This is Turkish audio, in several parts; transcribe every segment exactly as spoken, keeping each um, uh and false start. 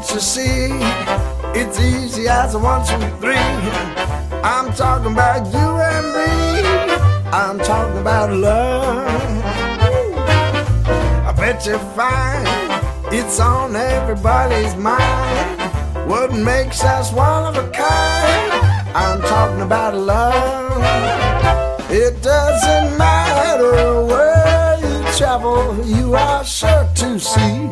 can't you see? It's easy as a one, two, three. I'm talking about you and me. I'm talking about love. I bet you find it's on everybody's mind. What makes us one of a kind? I'm talking about love. It doesn't matter where you travel, you are sure to see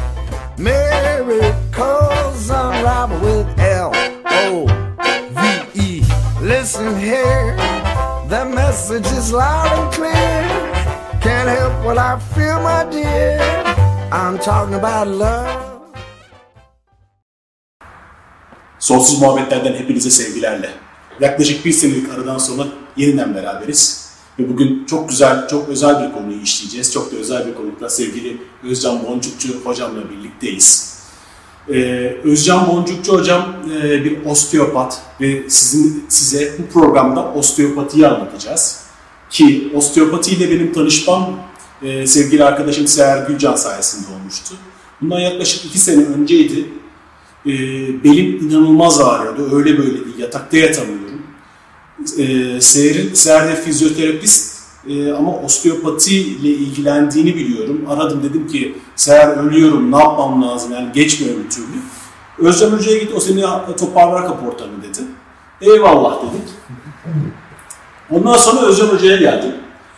miracles unravel with L O V E. Listen here, the message is loud and clear. Can't help what I feel, my dear. I'm talking about love. Sonsuz muhabbetlerden hepinize sevgilerle. Yaklaşık bir senelik aradan sonra yeniden beraberiz. Ve bugün çok güzel, çok özel bir konuyu işleyeceğiz. Çok da özel bir konukla sevgili Özcan Boncukçu hocamla birlikteyiz. Ee, Özcan Boncukçu hocam e, bir osteopat ve sizin size bu programda osteopatiyi anlatacağız. Ki osteopati ile benim tanışmam e, sevgili arkadaşım Seher Gülcan sayesinde olmuştu. Bundan yaklaşık iki sene önceydi. E, belim inanılmaz ağrıyordu. Öyle böyle değil. Yatakta yatamıyorum. E, Seher'in Seher de fizyoterapist e, ama osteopati ile ilgilendiğini biliyorum. Aradım, dedim ki Seher ölüyorum, ne yapmam lazım, yani geçmiyor bir türlü. Özcan Hoca'ya git, o seni toparlar kaportanı dedi. Eyvallah dedik. Ondan sonra Özcan Hoca'ya geldim.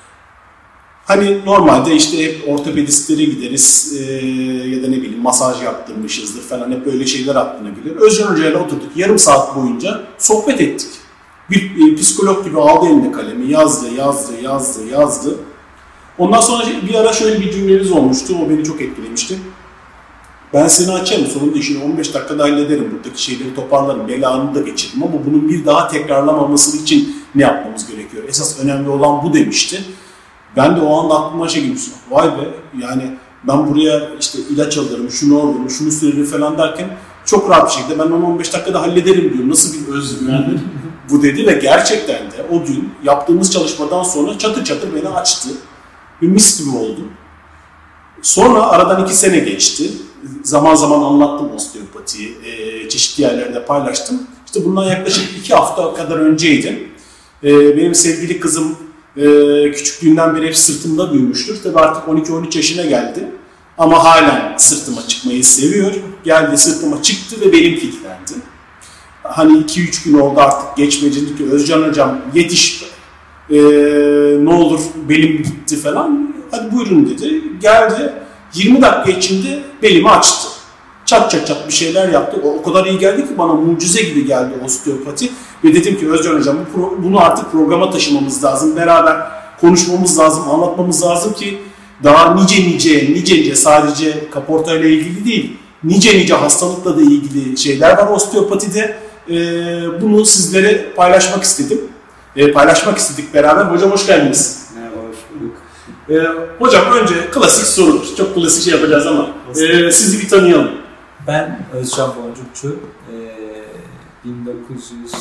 Hani normalde işte hep ortopedistlere gideriz e, ya da ne bileyim masaj yaptırmışızdır falan, hep böyle şeyler aklına gelir. Özcan Hoca'yla oturduk, yarım saat boyunca sohbet ettik. Bir e, psikolog gibi aldı eline kalemi, yazdı, yazdı, yazdı, yazdı. Ondan sonra bir ara şöyle bir cümleniz olmuştu, o beni çok etkilemişti. Ben seni açarım, sonunda işini on beş dakikada hallederim, buradaki şeyleri toparlarım, belanı da geçiririm ama bunun bir daha tekrarlamaması için ne yapmamız gerekiyor? Esas önemli olan bu demişti. Ben de o anda aklıma şey girmiştim, vay be, yani ben buraya işte ilaç alırım, şunu alırım, şunu sürerim falan derken çok rahat bir şekilde ben onu on beş dakikada hallederim diyor. Nasıl bir özgüvendir bu dedi ve gerçekten de o gün yaptığımız çalışmadan sonra çatır çatır beni açtı. Bir mis gibi oldu. Sonra aradan iki sene geçti. Zaman zaman anlattım osteopatiyi, e, çeşitli yerlerde paylaştım. İşte bundan yaklaşık iki hafta kadar önceydi. E, benim sevgili kızım e, küçüklüğünden beri hep sırtımda büyümüştür. Tabii artık on iki on üç yaşına geldi. Ama halen sırtıma çıkmayı seviyor. Geldi, sırtıma çıktı ve belim kilitlendi. Hani iki üç gün oldu artık geçmeyecek ki Özcan hocam yetiş, e, ne olur belim gitti falan. Hadi buyurun dedi. Geldi, yirmi dakika içinde belimi açtı. Çat çat çat bir şeyler yaptı. O, o kadar iyi geldi ki bana mucize gibi geldi osteopati. Ve dedim ki Özcan hocam bu, bunu artık programa taşımamız lazım. Beraber konuşmamız lazım, anlatmamız lazım ki daha nice nice, nice nice sadece kaporta ile ilgili değil, nice nice hastalıkla da ilgili şeyler var osteopatide. Ee, bunu sizlere paylaşmak istedim. Ee, paylaşmak istedik beraber. Hocam hoş geldiniz. Merhaba, hoş bulduk. Ee, hocam önce klasik sorudur. Çok klasik şey yapacağız ama e, sizi bir tanıyalım. Ben Özcan Boncukçu. Ee, bin dokuz yüz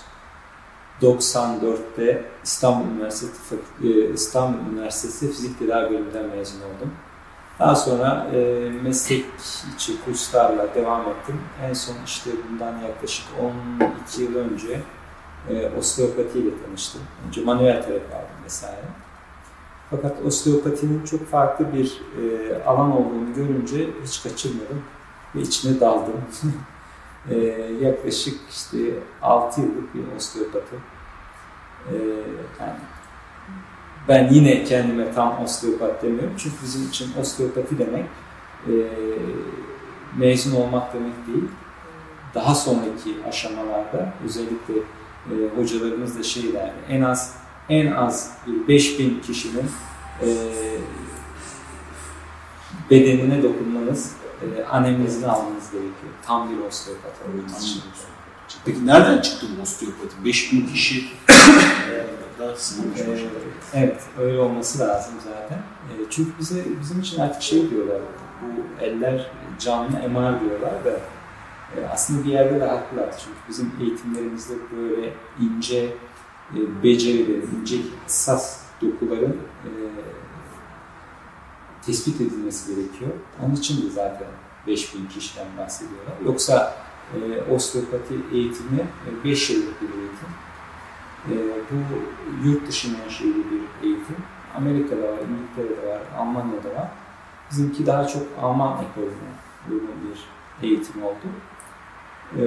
doksan dörtte İstanbul Üniversitesi, İstanbul Üniversitesi Fizik Tedavi Bölümünden mezun oldum. Daha sonra e, meslek içi kurslarla devam ettim. En son işte bundan yaklaşık on iki yıl önce e, osteopati ile tanıştım. Önce manuel terapi aldım vesaire. Fakat osteopatinin çok farklı bir e, alan olduğunu görünce hiç kaçırmadım ve içine daldım. e, yaklaşık işte altı yıllık bir osteopati. E, yani ben yine kendime tam osteopat demiyorum çünkü bizim için osteopati demek e, mezun olmak demek değil. Daha sonraki aşamalarda özellikle e, hocalarımız da şey derdi, en az en az beş bin kişinin e, bedenine dokunmanız, e, anemnezini almanız gerekiyor. Tam bir osteopat olmanız için. Peki nereden çıktı bu osteopati? beş bin kişi daha sınırmış ee, Evet, öyle olması lazım zaten. E, çünkü bize bizim için artık şey diyorlar, bu eller canlı M R diyorlar da e, aslında bir yerde de haklılar. Çünkü bizim eğitimlerimizde böyle ince e, becerilerin, ince hassas dokuların e, tespit edilmesi gerekiyor. Onun için de zaten beş bin kişiden bahsediyorlar. Yoksa e, osteopati eğitimi beş yıllık bir eğitim. E, bu yurt dışı menşeli bir eğitim. Amerika'da var, İngiltere'de var, Almanya'da var. Bizimki daha çok Alman ekolüne uygun bir eğitim oldu. E,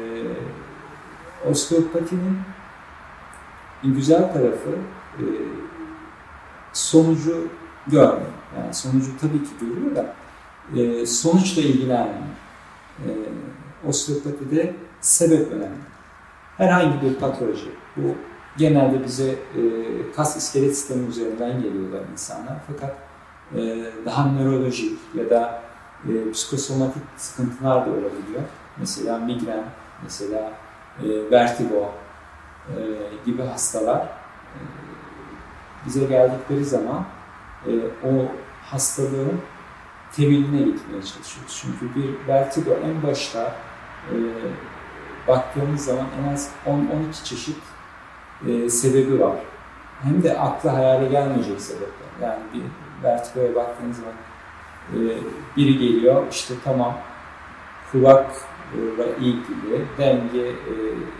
osteopatinin güzel tarafı e, sonucu görmüyor. Yani sonucu tabii ki görüyor da e, sonuçla ilgilenmiyor. E, osteopatide sebep önemli. Herhangi bir patoloji, bu genelde bize e, kas iskelet sistemi üzerinden geliyorlar insanlar. Fakat e, daha nörolojik ya da e, psikosomatik sıkıntılar da olabiliyor. Mesela migren, mesela e, vertigo e, gibi hastalar e, bize geldikleri zaman e, o hastalığın temeline gitmeye çalışıyoruz. Çünkü bir vertigo en başta e, baktığımız zaman en az on on iki çeşit e, sebebi var. Hem de akla hayale gelmeyecek sebepler. Yani bir vertigoya baktığınız zaman e, biri geliyor, işte tamam kulakla ilgili denge e,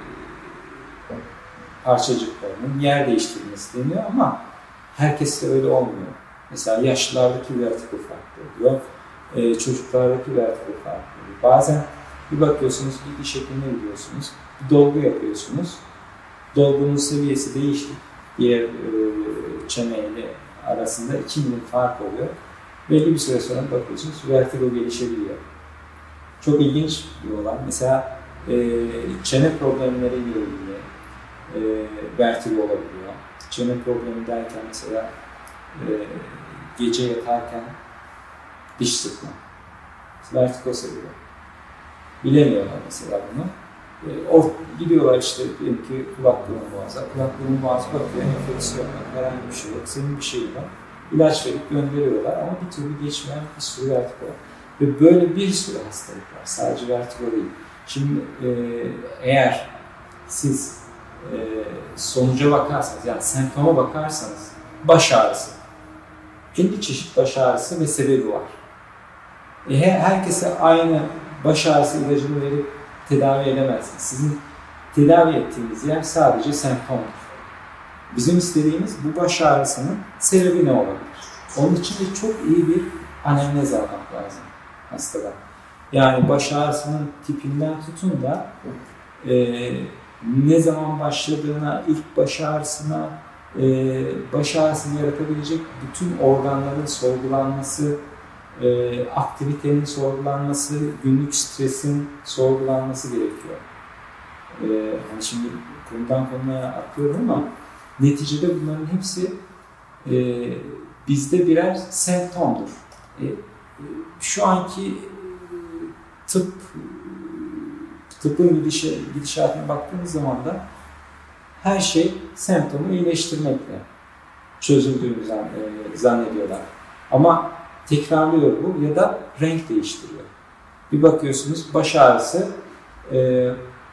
parçacıklarının yer değiştirilmesi deniyor ama herkes de öyle olmuyor. Mesela yaşlılardaki vertigo farklı oluyor, e, çocuklardaki vertigo farklı oluyor. Bazen bir bakıyorsunuz, bir diş hekimine gidiyorsunuz, bir dolgu yapıyorsunuz, dolgunun seviyesi değişti. Diğer e, çeneyle arasında iki milim fark oluyor. Belli bir süre sonra bakıyorsunuz, vertigo gelişebiliyor. Çok ilginç bir olay. Mesela e, çene problemleriyle ilgili e, vertigo olabiliyor. Çene problemi derken mesela e, gece yatarken diş sıkma, vertigo seviyor. Bilemiyorlar mesela bunu. E, or, gidiyorlar işte diyelim ki kulak burun boğaza, kulak burun boğazı bakıyor, enfeksiyon var, herhangi bir şey yok, senin bir şeyin var. İlaç verip gönderiyorlar ama bir türlü geçmeyen bir sürü vertigo var. Ve böyle bir sürü hastalık var, sadece vertigo değil. Şimdi e, eğer siz e, sonuca bakarsanız, yani semptoma bakarsanız, baş ağrısı, elli çeşit baş ağrısı ve sebebi var. E, herkese aynı baş ağrısı ilacını verip tedavi edemezsiniz. Sizin tedavi ettiğiniz yer sadece semptomdur. Bizim istediğimiz bu baş ağrısının sebebi ne olabilir? Onun için de çok iyi bir anamnez almak lazım hastada. Yani baş ağrısının tipinden tutun da e, ne zaman başladığına, ilk baş ağrısına, e, baş ağrısını yaratabilecek bütün organların sorgulanması, e, aktivitenin sorgulanması, günlük stresin sorgulanması gerekiyor. E, hani şimdi konudan konuya atlıyorum ama neticede bunların hepsi e, bizde birer semptomdur. E, şu anki tıp tıbbın gidişe, gidişatına baktığımız zaman da her şey semptomu iyileştirmekle çözüldüğünü zannediyorlar. Ama tekrarlıyor bu ya da renk değiştiriyor. Bir bakıyorsunuz baş ağrısı e,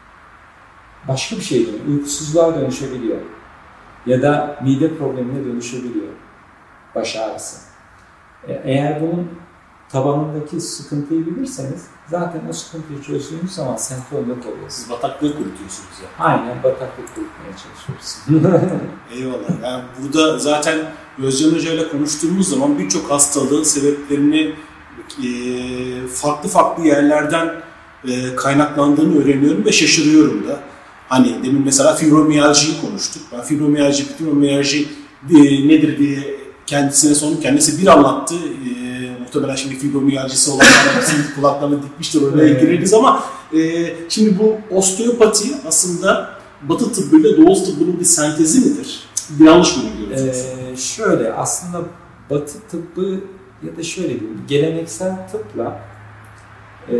başka bir şey değil, uykusuzluğa dönüşebiliyor. Ya da mide problemine dönüşebiliyor baş ağrısı. E, eğer bunun tabanındaki sıkıntıyı bilirseniz zaten o sıkıntıyı çözdüğünüz zaman semptom yok oluyor. Siz bataklığı kurutuyorsunuz ya. Aynen bataklık kurutmaya çalışıyoruz. Eyvallah. Yani burada zaten Özcan Hoca ile konuştuğumuz zaman birçok hastalığın sebeplerini e, farklı farklı yerlerden e, kaynaklandığını öğreniyorum ve şaşırıyorum da. Hani demin mesela fibromiyaljiyi konuştuk. Ben fibromiyalji, fibromiyalji e, nedir diye kendisine sordum. Kendisi bir anlattı. E, muhtemelen şimdi fibromiyalcisi olanlar hepsinin kulaklarını dikmiştir, oraya gireriz ama e, şimdi bu osteopati aslında Batı tıbbıyla Doğu tıbbının bir sentezi midir? Yanlış mı biliyoruz? Ee, şöyle aslında Batı tıbbı ya da şöyle diyeyim, geleneksel tıpla e,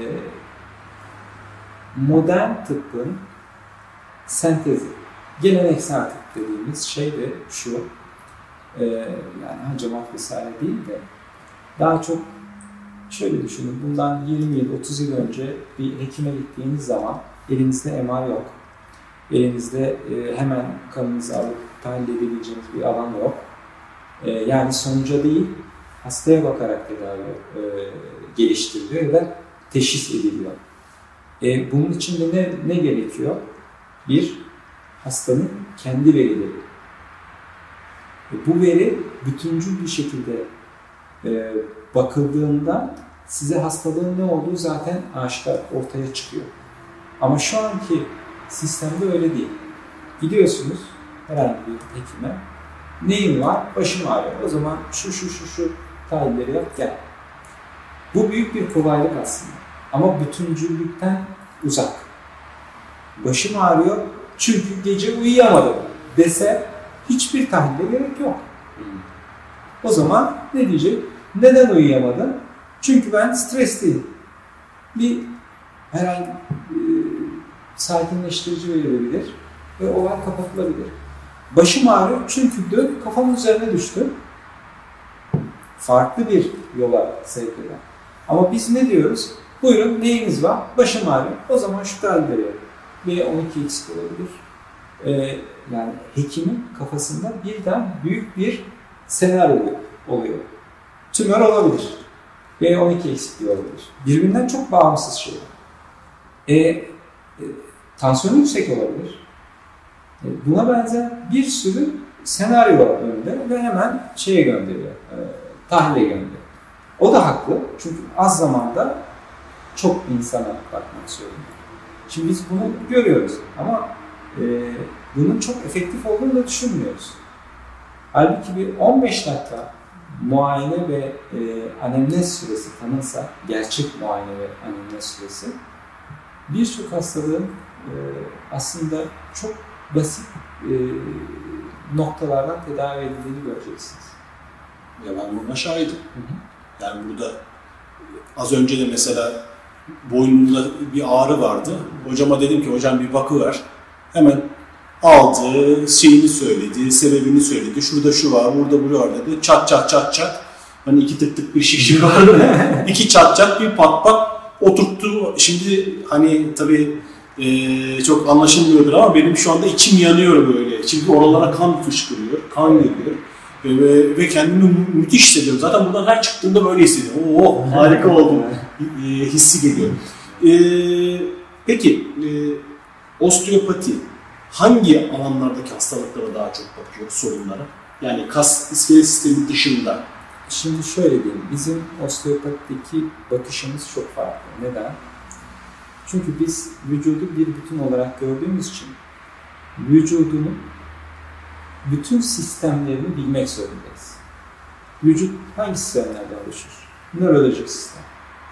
modern tıbbın sentezi. Geleneksel tıp dediğimiz şey de şu, e, yani hacamat vesaire değil de daha çok şöyle düşünün, bundan yirmi yıl, otuz yıl önce bir hekime gittiğiniz zaman elinizde M R yok. Elinizde e, hemen kanınızı alıp tahlil edebileceğiniz bir alan yok. E, yani sonuca değil, hastaya bakarak tedavi e, geliştiriliyor ya da teşhis ediliyor. E, bunun için de ne, ne gerekiyor? Bir, hastanın kendi verileri. E, bu veri bütüncül bir şekilde e, bakıldığında size hastalığın ne olduğu zaten aşikar ortaya çıkıyor. Ama şu anki sistemde öyle değil. Gidiyorsunuz herhangi bir hekime, neyin var? Başım ağrıyor. O zaman şu şu şu şu tahlilleri yap, gel. Bu büyük bir kolaylık aslında. Ama bütüncüllükten uzak. Başım ağrıyor çünkü gece uyuyamadım dese hiçbir tahlile gerek yok. O zaman ne diyecek? Neden uyuyamadın? Çünkü ben stresliyim. Bir herhangi e, sakinleştirici verilebilir ve olay kapatılabilir. Başım ağrıyor çünkü dün kafamın üzerine düştü. Farklı bir yola sevk eder. Ama biz ne diyoruz? Buyurun neyiniz var? Başım ağrıyor. O zaman şu tahlilleri yapın. B on iki eksik olabilir. Ee, yani hekimin kafasında birden büyük bir senaryo oluyor. Tümör olabilir. B on iki eksikliği olabilir. Birbirinden çok bağımsız şeyler. E, e, tansiyon yüksek olabilir. E, buna benzer bir sürü senaryo var önünde ve hemen şeye gönderiyor. E, tahlile gönderiyor. O da haklı. Çünkü az zamanda çok insana bakmak zorunda. Şimdi biz bunu görüyoruz ama e, bunun çok efektif olduğunu da düşünmüyoruz. Halbuki bir on beş dakika muayene ve e, anemnez süresi tanınsa, gerçek muayene ve anemnez süresi birçok hastalığın e, aslında çok basit e, noktalardan tedavi edildiğini göreceksiniz. Ya ben buna şahidim. Hı hı. Yani burada az önce de mesela boynumda bir ağrı vardı. Hocama dedim ki hocam bir bakıver. Hemen aldı, şeyini söyledi, sebebini söyledi. Şurada şu var, burada bu var dedi. Çat çat çat çat. Hani iki tık tık bir şişi vardı. İki çat çat bir pat pat oturttu. Şimdi hani tabii e, çok anlaşılmıyordur ama benim şu anda içim yanıyor böyle. Çünkü oralara kan fışkırıyor, kan geliyor. Ve, ve kendimi mü- müthiş hissediyorum. Zaten buradan her çıktığımda böyle hissediyorum. Oo, harika oldum e, hissi geliyor. E, peki, e, osteopati hangi alanlardaki hastalıklara daha çok bakıyor, sorunlara? Yani kas iskelet sistemi dışında. Şimdi şöyle diyeyim, bizim osteopatideki bakışımız çok farklı. Neden? Çünkü biz vücudu bir bütün olarak gördüğümüz için vücudunun bütün sistemlerini bilmek zorundayız. Vücut hangi sistemlerden oluşur? Nörolojik sistem,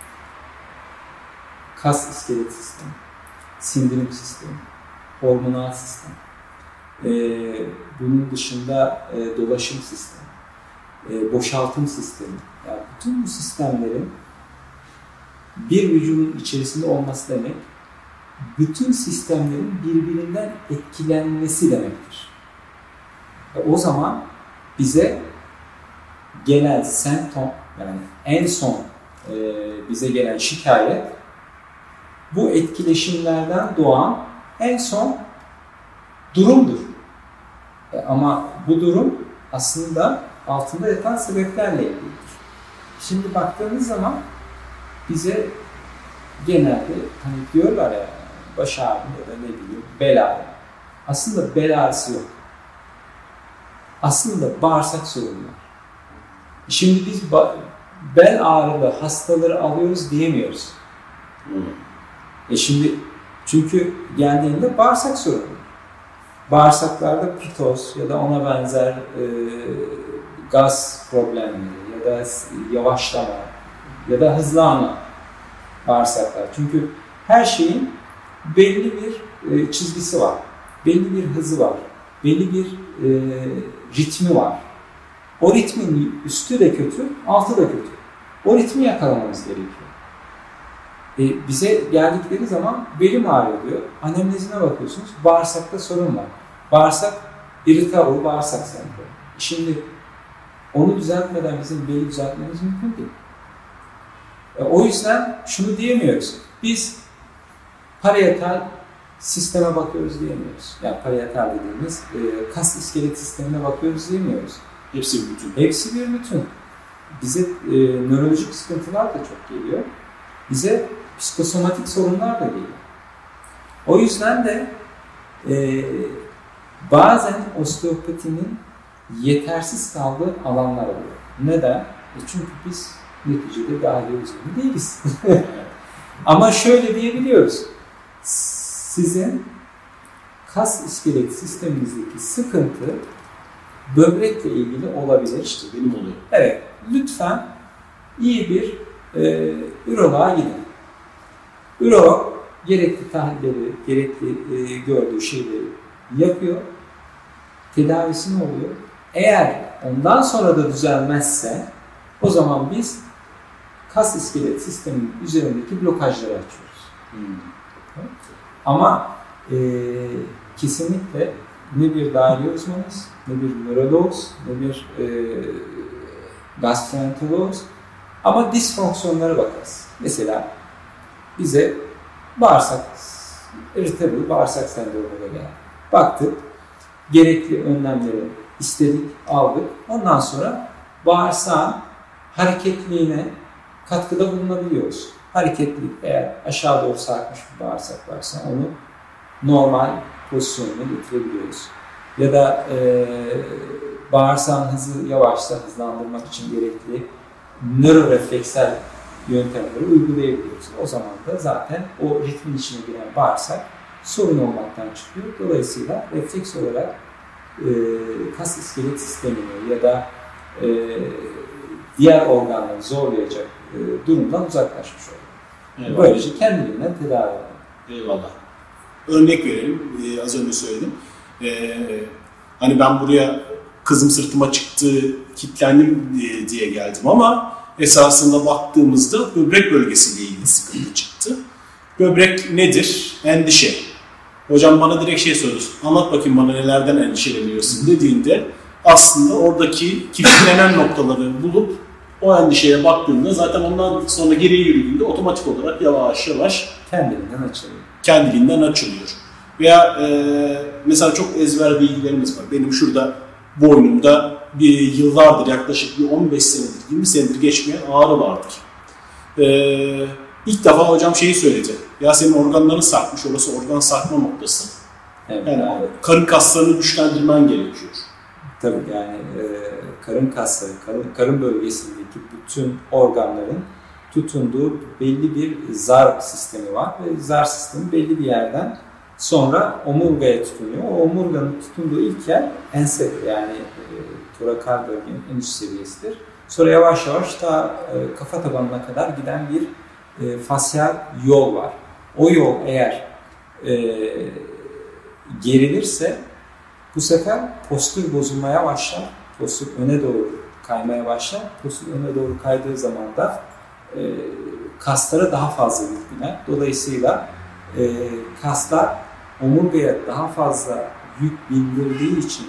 kas iskelet sistemi, sindirim sistemi, hormonal sistem, ee, bunun dışında e, dolaşım sistemi, e, boşaltım sistemi. Yani bütün bu sistemlerin bir vücudun içerisinde olması demek, bütün sistemlerin birbirinden etkilenmesi demektir. O zaman bize gelen semptom, yani en son e, bize gelen şikayet, bu etkileşimlerden doğan en son durumdur. E, ama bu durum aslında altında yatan sebeplerle ilgilidir. Şimdi baktığımız zaman bize genelde hani diyorlar ya baş ağrı ya da ne bileyim bel ağrı. Aslında bel ağrısı yok. Aslında bağırsak sorunu var. Şimdi biz ba- bel ağrılı hastaları alıyoruz diyemiyoruz. Hmm. E şimdi çünkü geldiğinde bağırsak sorunu var. Bağırsaklarda pitoz ya da ona benzer e, gaz problemleri ya da yavaşlama ya da hızlanma bağırsaklar. Çünkü her şeyin belli bir e, çizgisi var, belli bir hızı var, belli bir e, ritmi var. O ritmin üstü de kötü, altı da kötü. O ritmi yakalamamız gerekiyor. E, bize geldikleri zaman belim ağrıyor diyor. Anemnezine bakıyorsunuz, bağırsakta sorun var. Bağırsak, irritable bağırsak sendromu. Şimdi onu düzeltmeden bizim beli düzeltmemiz mümkün değil. E, o yüzden şunu diyemiyoruz. Biz parietal sisteme bakıyoruz diyemiyoruz. Yani parietal dediğimiz e, kas iskelet sistemine bakıyoruz diyemiyoruz. Hepsi bir bütün. Hepsi bir bütün. bize e, nörolojik sıkıntılar da çok geliyor. Bize psikosomatik sorunlar da geliyor. O yüzden de e, bazen osteopatinin yetersiz kaldığı alanlar oluyor. Neden? E çünkü biz neticede dahiliye uzmanı değiliz. Ama şöyle diyebiliyoruz. Sizin kas iskelet sisteminizdeki sıkıntı böbrekle ilgili olabilir. İşte benim oluyor. Evet. Lütfen iyi bir e, üroloğa gidin. Ürolog gerekli tahlilleri, gerekli e, gördüğü şeyleri yapıyor. Tedavisi ne oluyor? Eğer ondan sonra da düzelmezse o zaman biz kas iskelet sisteminin üzerindeki blokajları açıyoruz. Hmm. Ama e, kesinlikle ne bir dahiliye uzmanıyız, ne bir nörologuz, ne bir e, gastroenterologuz ama disfonksiyonlara bakarız. Mesela bize bağırsak, irritable bağırsak sendromuna geldi. Baktık, gerekli önlemleri istedik, aldık. Ondan sonra bağırsağın hareketliğine katkıda bulunabiliyoruz. Hareketlilik eğer aşağı doğru sarkmış bir bağırsak varsa onu normal pozisyonuna getirebiliyoruz. Ya da e, bağırsağın hızı yavaşsa hızlandırmak için gerekli nörorefleksel yöntemleri uygulayabiliyoruz. O zaman da zaten o ritmin içine giren bağırsak sorun olmaktan çıkıyor. Dolayısıyla refleks olarak e, kas iskelet sistemini ya da e, diğer organları zorlayacak e, durumdan uzaklaşmış oluyor. Eyvallah. Böylece kendiliğinden tedavi ediyor. Eyvallah. Örnek verelim. Ee, az önce söyledim. Ee, hani ben buraya kızım sırtıma çıktı, kilitlendim diye, diye geldim ama esasında baktığımızda böbrek bölgesiyle ilgili sıkıntı çıktı. Böbrek nedir? Endişe. Hocam bana direkt şey soruyor. Anlat bakayım bana nelerden endişeleniyorsun dediğinde aslında oradaki kilitlenen noktaları bulup o endişeye baktığında zaten ondan sonra geriye yürüdüğünde otomatik olarak yavaş yavaş kendiliğinden açılıyor. Kendiliğinden açılıyor. Veya e, mesela çok ezber bilgilerimiz var. Benim şurada boynumda bir yıllardır yaklaşık bir on beş senedir, yirmi senedir geçmeyen ağrı vardır. E, ilk defa hocam şeyi söyledi. Ya senin organların sarkmış, orası organ sarkma noktası. Evet, yani abi. Karın kaslarını güçlendirmen gerekiyor. Tabii yani e, karın kasları, karın, karın bölgesindeki bütün organların tutunduğu belli bir zar sistemi var ve zar sistemi belli bir yerden sonra omurgaya tutunuyor. O omurganın tutunduğu ilk yer ense yani e, torakal bölgenin en üst seviyesidir. Sonra yavaş yavaş da e, kafa tabanına kadar giden bir e, fasyal yol var. O yol eğer e, gerilirse bu sefer postür bozulmaya başlar. Postür öne doğru kaymaya başlar. Postür öne doğru kaydığı zaman da e, kaslara daha fazla yük biner. Dolayısıyla e, kaslar omurgaya daha fazla yük bindirdiği için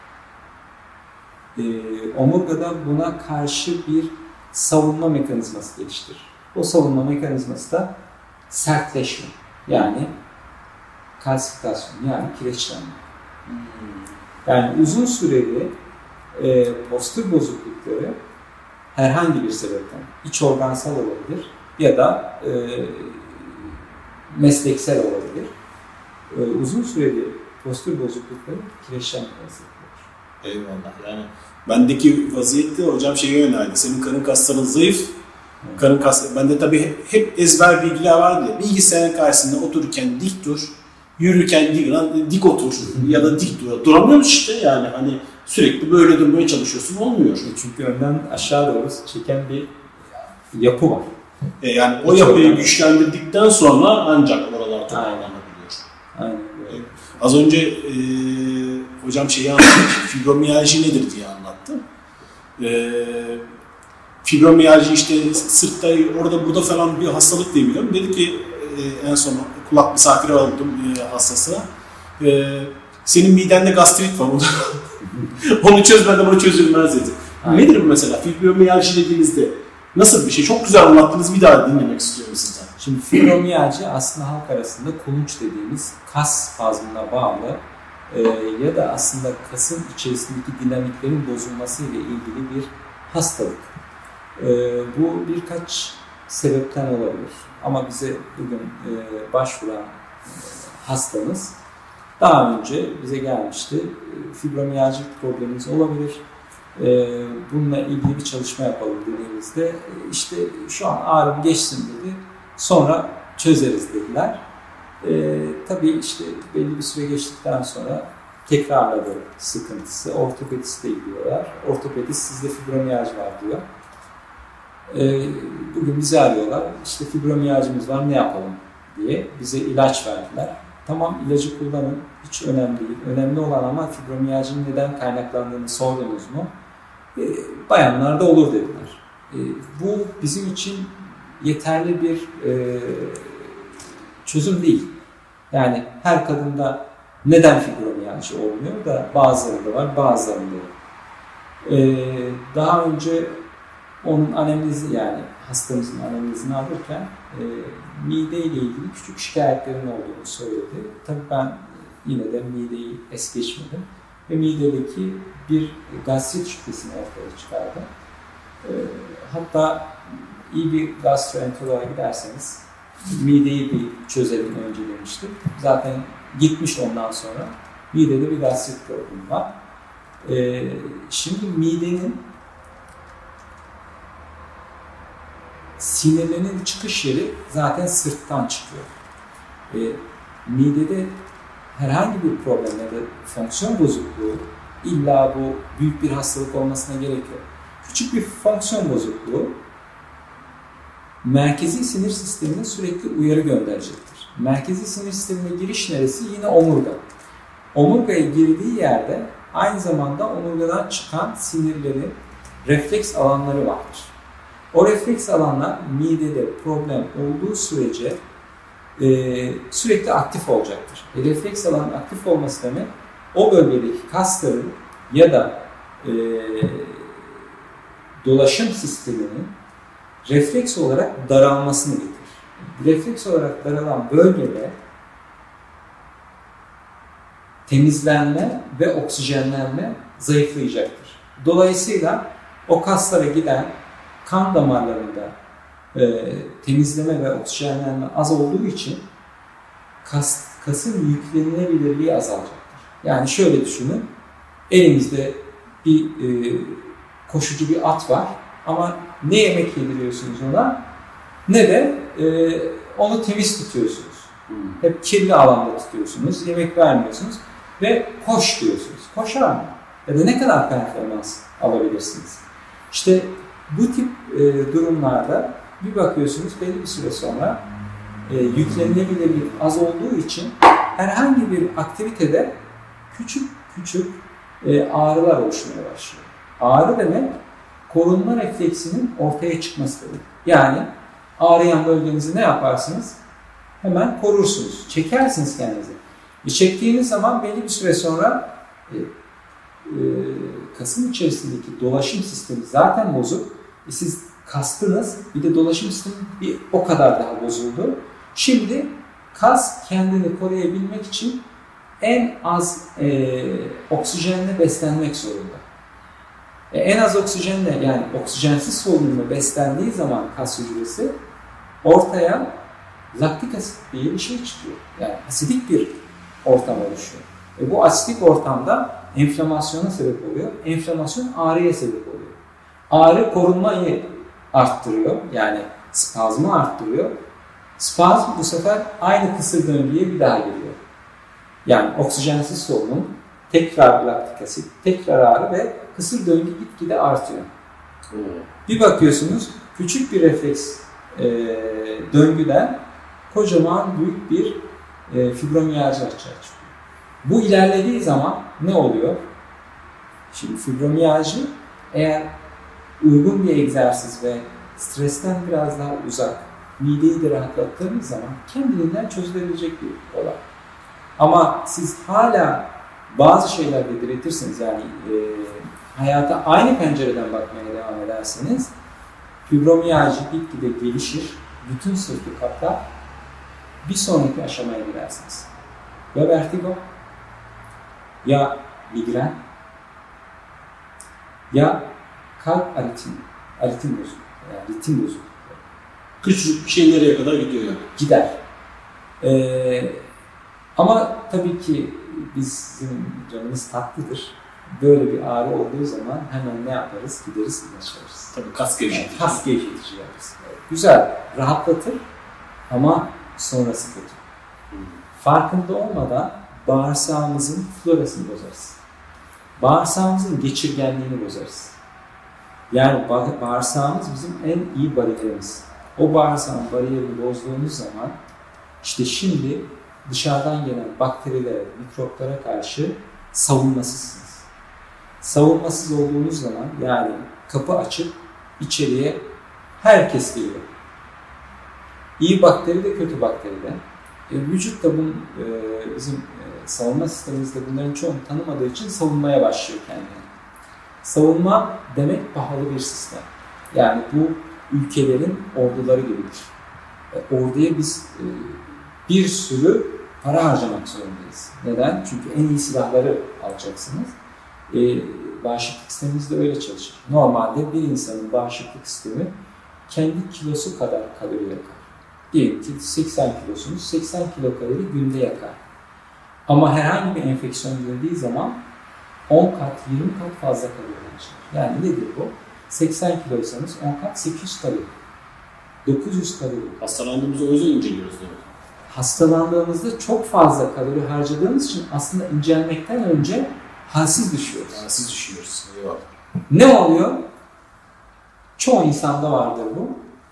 e, omurgada buna karşı bir savunma mekanizması geliştirir. O savunma mekanizması da sertleşme. Yani kalsifikasyon yani kireçlenme. Hmm. Yani uzun süreli e, postür bozuklukları herhangi bir sebepten iç organsal olabilir ya da e, mesleksel olabilir. E, uzun süreli postür bozuklukları kireçlenmeye sebep olur. Eyvallah. Yani bendeki vaziyette hocam şeye yöneldi. Senin karın kasların zayıf. Evet. Karın kasları. Bende tabii hep ezber bilgiler vardı ya. Bilgisayarın karşısında otururken dik dur. Yürürken dik, dik otur ya da dik dur. Duramıyoruz işte yani hani sürekli böyle durmaya çalışıyorsun olmuyor. Çünkü önden aşağı doğru çeken bir yapı var. E yani o Hiç yapıyı oradan güçlendirdikten sonra ancak oralar toparlanabiliyor. Aynen. E, az önce e, hocam şeyi anlattı. Fibromiyalji nedir diye anlattı. E, fibromiyalji işte sırtta orada burada falan bir hastalık diye biliyorum. Dedi ki e, en son kulak misafiri oldum e, hastası. E, senin midende gastrit var. Onu çözmeden o çözülmez dedi. Aynen. Nedir bu mesela? Fibromiyalji dediğinizde nasıl bir şey? Çok güzel anlattınız. Bir daha dinlemek istiyorum sizden. Şimdi fibromiyalji aslında halk arasında kulunç dediğimiz kas spazmına bağlı e, ya da aslında kasın içerisindeki dinamiklerin bozulması ile ilgili bir hastalık. E, bu birkaç sebepten olabilir. Ama bize bugün e, başvuran e, hastamız daha önce bize gelmişti. E, fibromiyaljik probleminiz olabilir. E, bununla ilgili bir çalışma yapalım dediğimizde e, işte şu an ağrım geçsin dedi. Sonra çözeriz dediler. E, tabii işte belli bir süre geçtikten sonra tekrarladı sıkıntısı. Ortopediste gidiyorlar. Ortopedist sizde fibromiyalji var diyor. E, bugün bizi arıyorlar. İşte fibromiyalcimiz var, ne yapalım diye bize ilaç verdiler. Tamam, ilacı kullanın. Hiç önemli değil. Önemli olan ama fibromiyalcinin neden kaynaklandığını sordunuz mu? E, bayanlarda olur dediler. E, bu bizim için yeterli bir e, çözüm değil. Yani her kadında neden fibromiyalji olmuyor da bazılarında var, bazılarında yok. Ee, daha önce onun anemnezi, yani hastamızın anemnezini alırken e, mide ile ilgili küçük şikayetlerin olduğunu söyledi. Tabii ben yine de mideyi es geçmedim ve midedeki bir gastrit şüphesini ortaya çıkardı. E, hatta iyi bir gastroenteroloğa giderseniz mideyi bir çözelim önce demiştik. Zaten gitmiş ondan sonra. Midede bir gastrit problemi var. Ee, şimdi midenin sinirlerinin çıkış yeri zaten sırttan çıkıyor. Ee, midede herhangi bir problem ya da fonksiyon bozukluğu, illa bu büyük bir hastalık olmasına gerek yok. Küçük bir fonksiyon bozukluğu merkezi sinir sistemine sürekli uyarı gönderecektir. Merkezi sinir sistemine giriş neresi? Yine omurga. Omurgaya girdiği yerde aynı zamanda omurgadan çıkan sinirlerin refleks alanları vardır. O refleks alanlar midede problem olduğu sürece e, sürekli aktif olacaktır. E, refleks alanın aktif olması demek o bölgedeki kasların ya da e, dolaşım sisteminin refleks olarak daralmasını getirir. Refleks olarak daralan bölgede temizlenme ve oksijenlenme zayıflayacaktır. Dolayısıyla o kaslara giden kan damarlarında e, temizleme ve oksijenlenme az olduğu için kas, kasın yüklenilebilirliği azalacaktır. Yani şöyle düşünün, elinizde bir e, koşucu bir at var ama ne yemek yediriyorsunuz ona ne de e, onu temiz tutuyorsunuz. Hmm. Hep kirli alanda tutuyorsunuz, yemek vermiyorsunuz ve koş diyorsunuz. Koşar mı? Ya da ne kadar performans alabilirsiniz? İşte bu tip e, durumlarda bir bakıyorsunuz belli bir süre sonra e, yüklenilebilirlik az olduğu için herhangi bir aktivitede küçük küçük e, ağrılar oluşmaya başlıyor. Ağrı demek korunma refleksinin ortaya çıkması demek. Yani ağrıyan bölgenizi ne yaparsınız? Hemen korursunuz. Çekersiniz kendinizi. E çektiğiniz zaman belli bir süre sonra e, e, kasın içerisindeki dolaşım sistemi zaten bozuk. E siz kastınız, bir de dolaşım sistemi bir o kadar daha bozuldu. Şimdi kas kendini koruyabilmek için en az e, oksijenle beslenmek zorunda. E, en az oksijenle, yani oksijensiz solunumla beslendiği zaman kas hücresi ortaya laktik asit diye bir şey çıkıyor. Yani asidik bir ortam oluşuyor. E, bu asidik ortamda enflamasyona sebep oluyor. Enflamasyon ağrıya sebep oluyor. Ağrı korunmayı arttırıyor. Yani spazmı arttırıyor. Spazm bu sefer aynı kısır döngüye bir daha giriyor. Yani oksijensiz solunum, tekrar laktik asit, tekrar ağrı ve kısır döngü gitgide artıyor. Hmm. Bir bakıyorsunuz küçük bir refleks e, döngüden kocaman büyük bir e, fibromiyalji açığa çıkıyor. Bu ilerlediği zaman ne oluyor? Şimdi fibromiyalji eğer uygun bir egzersiz ve stresten biraz daha uzak, mideyi de rahatlattığınız zaman kendiliğinden çözülebilecek bir olay. Ama siz hala bazı şeyler diretirseniz, yani e, hayata aynı pencereden bakmaya devam ederseniz fibromiyalji gitgide gelişir, bütün sırtı kaplar, bir sonraki aşamaya gidersiniz. Ya vertigo, ya migren, ya kalp aritmi. ritim bozukluğu. Yani ritim bozukluğu. Küçücük bir şey nereye kadar gidiyor yani? Gider. Ee, ama tabii ki bizim canımız tatlıdır. Böyle bir ağrı olduğu zaman hemen ne yaparız? Gideriz, ilaçlarız. Tabii kas gevşetici. Yani kas gevşetici yaparız. Güzel, rahatlatır ama sonrası kötü. Hmm. Farkında olmadan bağırsağımızın florasını bozarız. Bağırsağımızın geçirgenliğini bozarız. Yani bağırsağımız bizim en iyi bariyerimiz. O bağırsağın bariyerini bozduğumuz zaman işte şimdi dışarıdan gelen bakterilere, mikroplara karşı savunmasızsınız. Savunmasız olduğunuz zaman yani kapı açıp içeriye herkes geliyor. İyi bakteri de kötü bakteri de. E, vücut da bunun, e, bizim e, savunma sistemimizde bunların çoğunu tanımadığı için savunmaya başlıyor kendini. Savunma demek pahalı bir sistem. Yani bu ülkelerin orduları gibidir. E, orduya biz e, bir sürü para harcamak zorundayız. Neden? Çünkü en iyi silahları alacaksınız. E, bağışıklık sistemimiz de öyle çalışır. Normalde bir insanın bağışıklık sistemi kendi kilosu kadar kalori yakar. Diyelim ki seksen kilosunuz, seksen kilokalori günde yakar. Ama herhangi bir enfeksiyon girdiği zaman on kat, yirmi kat fazla kalori yakar. Yani nedir bu? seksen kiloysanız on kat sekiz yüz kalori. dokuz yüz kalori. Hastalandığımızda o yüzden inceliyoruz değil mi? Hastalandığımızda çok fazla kalori harcadığımız için aslında incelmekten önce halsiz düşüyoruz. Halsiz düşüyoruz. Eyvallah. Ne oluyor? Çoğu insanda vardır bu.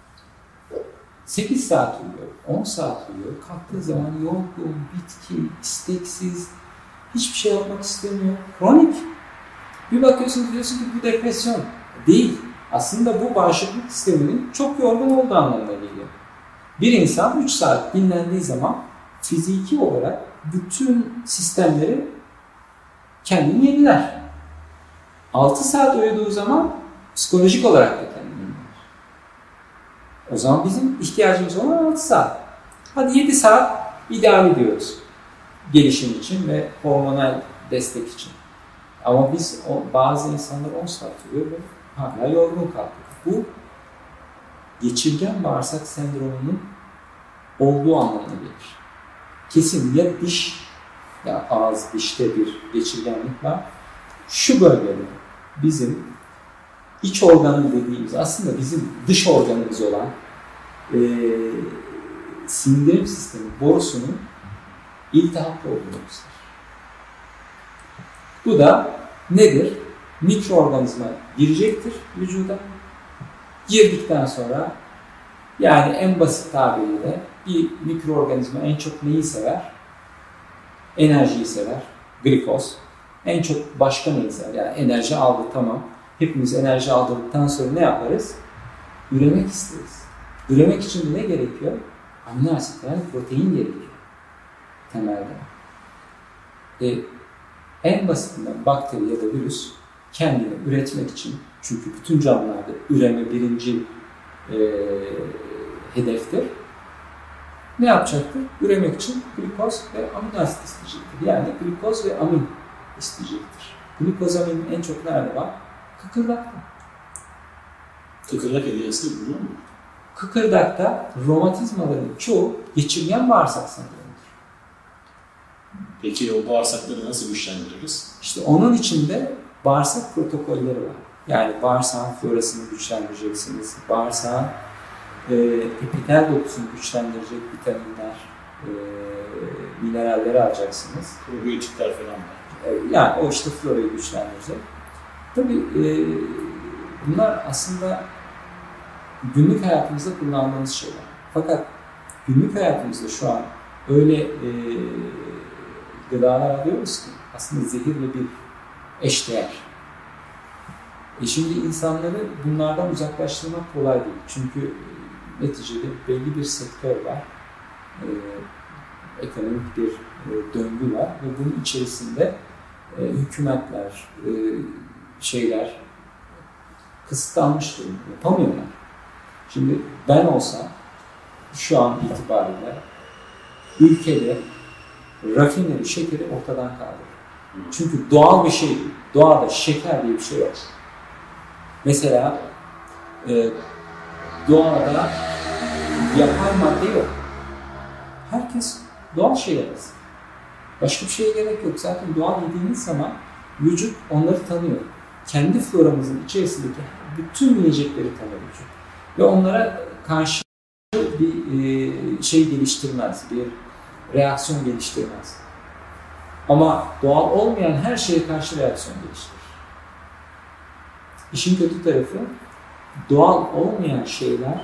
sekiz saat uyuyor, on saat uyuyor. Kalktığı zaman yorgun, bitkin, isteksiz, hiçbir şey yapmak istemiyor. Kronik. Bir bakıyorsun diyorsun ki bu depresyon. Değil. Aslında bu bağışıklık sisteminin çok yorgun olduğu anlamına geliyor. Bir insan üç saat dinlendiği zaman fiziki olarak bütün sistemleri kendini yeniler. altı saat uyuduğu zaman psikolojik olarak da kendini yeniler. O zaman bizim ihtiyacımız olan altı saat. Hadi yedi saat ideal ediyoruz. Gelişim için ve hormonal destek için. Ama biz o, bazı insanlar on saat uyuyor ve hala yorgun kalkıyor. Bu geçirgen bağırsak sendromunun olduğu anlamına gelir. Kesin ya diş, ya ağız, dişte bir geçirgenlik var. Şu bölgede bizim iç organı dediğimiz, aslında bizim dış organımız olan e, sindirim sistemi borusunun iltihaplı olduğunu gösterir. Bu da nedir? Mikroorganizma girecektir vücuda. Girdikten sonra yani en basit tabiriyle bir mikroorganizma en çok neyi sever? Enerjiyi sever. Glikoz. En çok başka neyi sever? Yani enerji aldı, tamam. Hepimiz enerji aldıktan sonra ne yaparız? Üremek isteriz. Üremek için ne gerekiyor? Amino asit yani protein gerekiyor. Temelde. E, en basitinden bakteri ya da virüs kendini üretmek için, çünkü bütün canlılarda üreme birinci e, hedeftir. Ne yapacaktır? Üremek için glikoz ve amino asit isteyecektir. Yani glikoz ve amin isteyecektir. Glikoz aminin en çok nerede var? Kıkırdakta. Kıkırdak hediyesi biliyor musun? Kıkırdakta romatizmaların çoğu geçirgen bağırsak sendromudur. Peki o bağırsakları nasıl güçlendiririz? İşte onun içinde bağırsak protokolleri var. Yani bağırsağın florasını güçlendireceksiniz. Bağırsağın e, epitel dokusunu güçlendirecek vitaminler, e, mineralleri alacaksınız. Probiyotikler falan var. E, yani o işte florayı güçlendirecek. Tabii e, bunlar aslında günlük hayatımızda kullandığımız şeyler. Fakat günlük hayatımızda şu an öyle e, gıdalar alıyoruz ki aslında zehirle bir eşdeğer. E şimdi insanları bunlardan uzaklaştırmak kolay değil. Çünkü neticede belli bir sektör var. E, ekonomik bir e, döngü var ve bunun içerisinde e, hükümetler, e, şeyler kısıtlanmış durumda. Yapamıyorlar. Şimdi ben olsam şu an itibariyle ülkede rafineri şekeri ortadan kaldırır. Çünkü doğal bir şey, doğada şeker diye bir şey yok. Mesela e, doğada yapay madde yok. Herkes doğal şeyler alsın. Başka bir şeye gerek yok. Zaten doğal yediğiniz zaman vücut onları tanıyor. Kendi floramızın içerisindeki bütün yiyecekleri tanıyor vücut. Ve onlara karşı bir e, şey geliştirmez, bir reaksiyon geliştirmez. Ama doğal olmayan her şeye karşı reaksiyon geliştirir. İşin kötü tarafı, doğal olmayan şeyler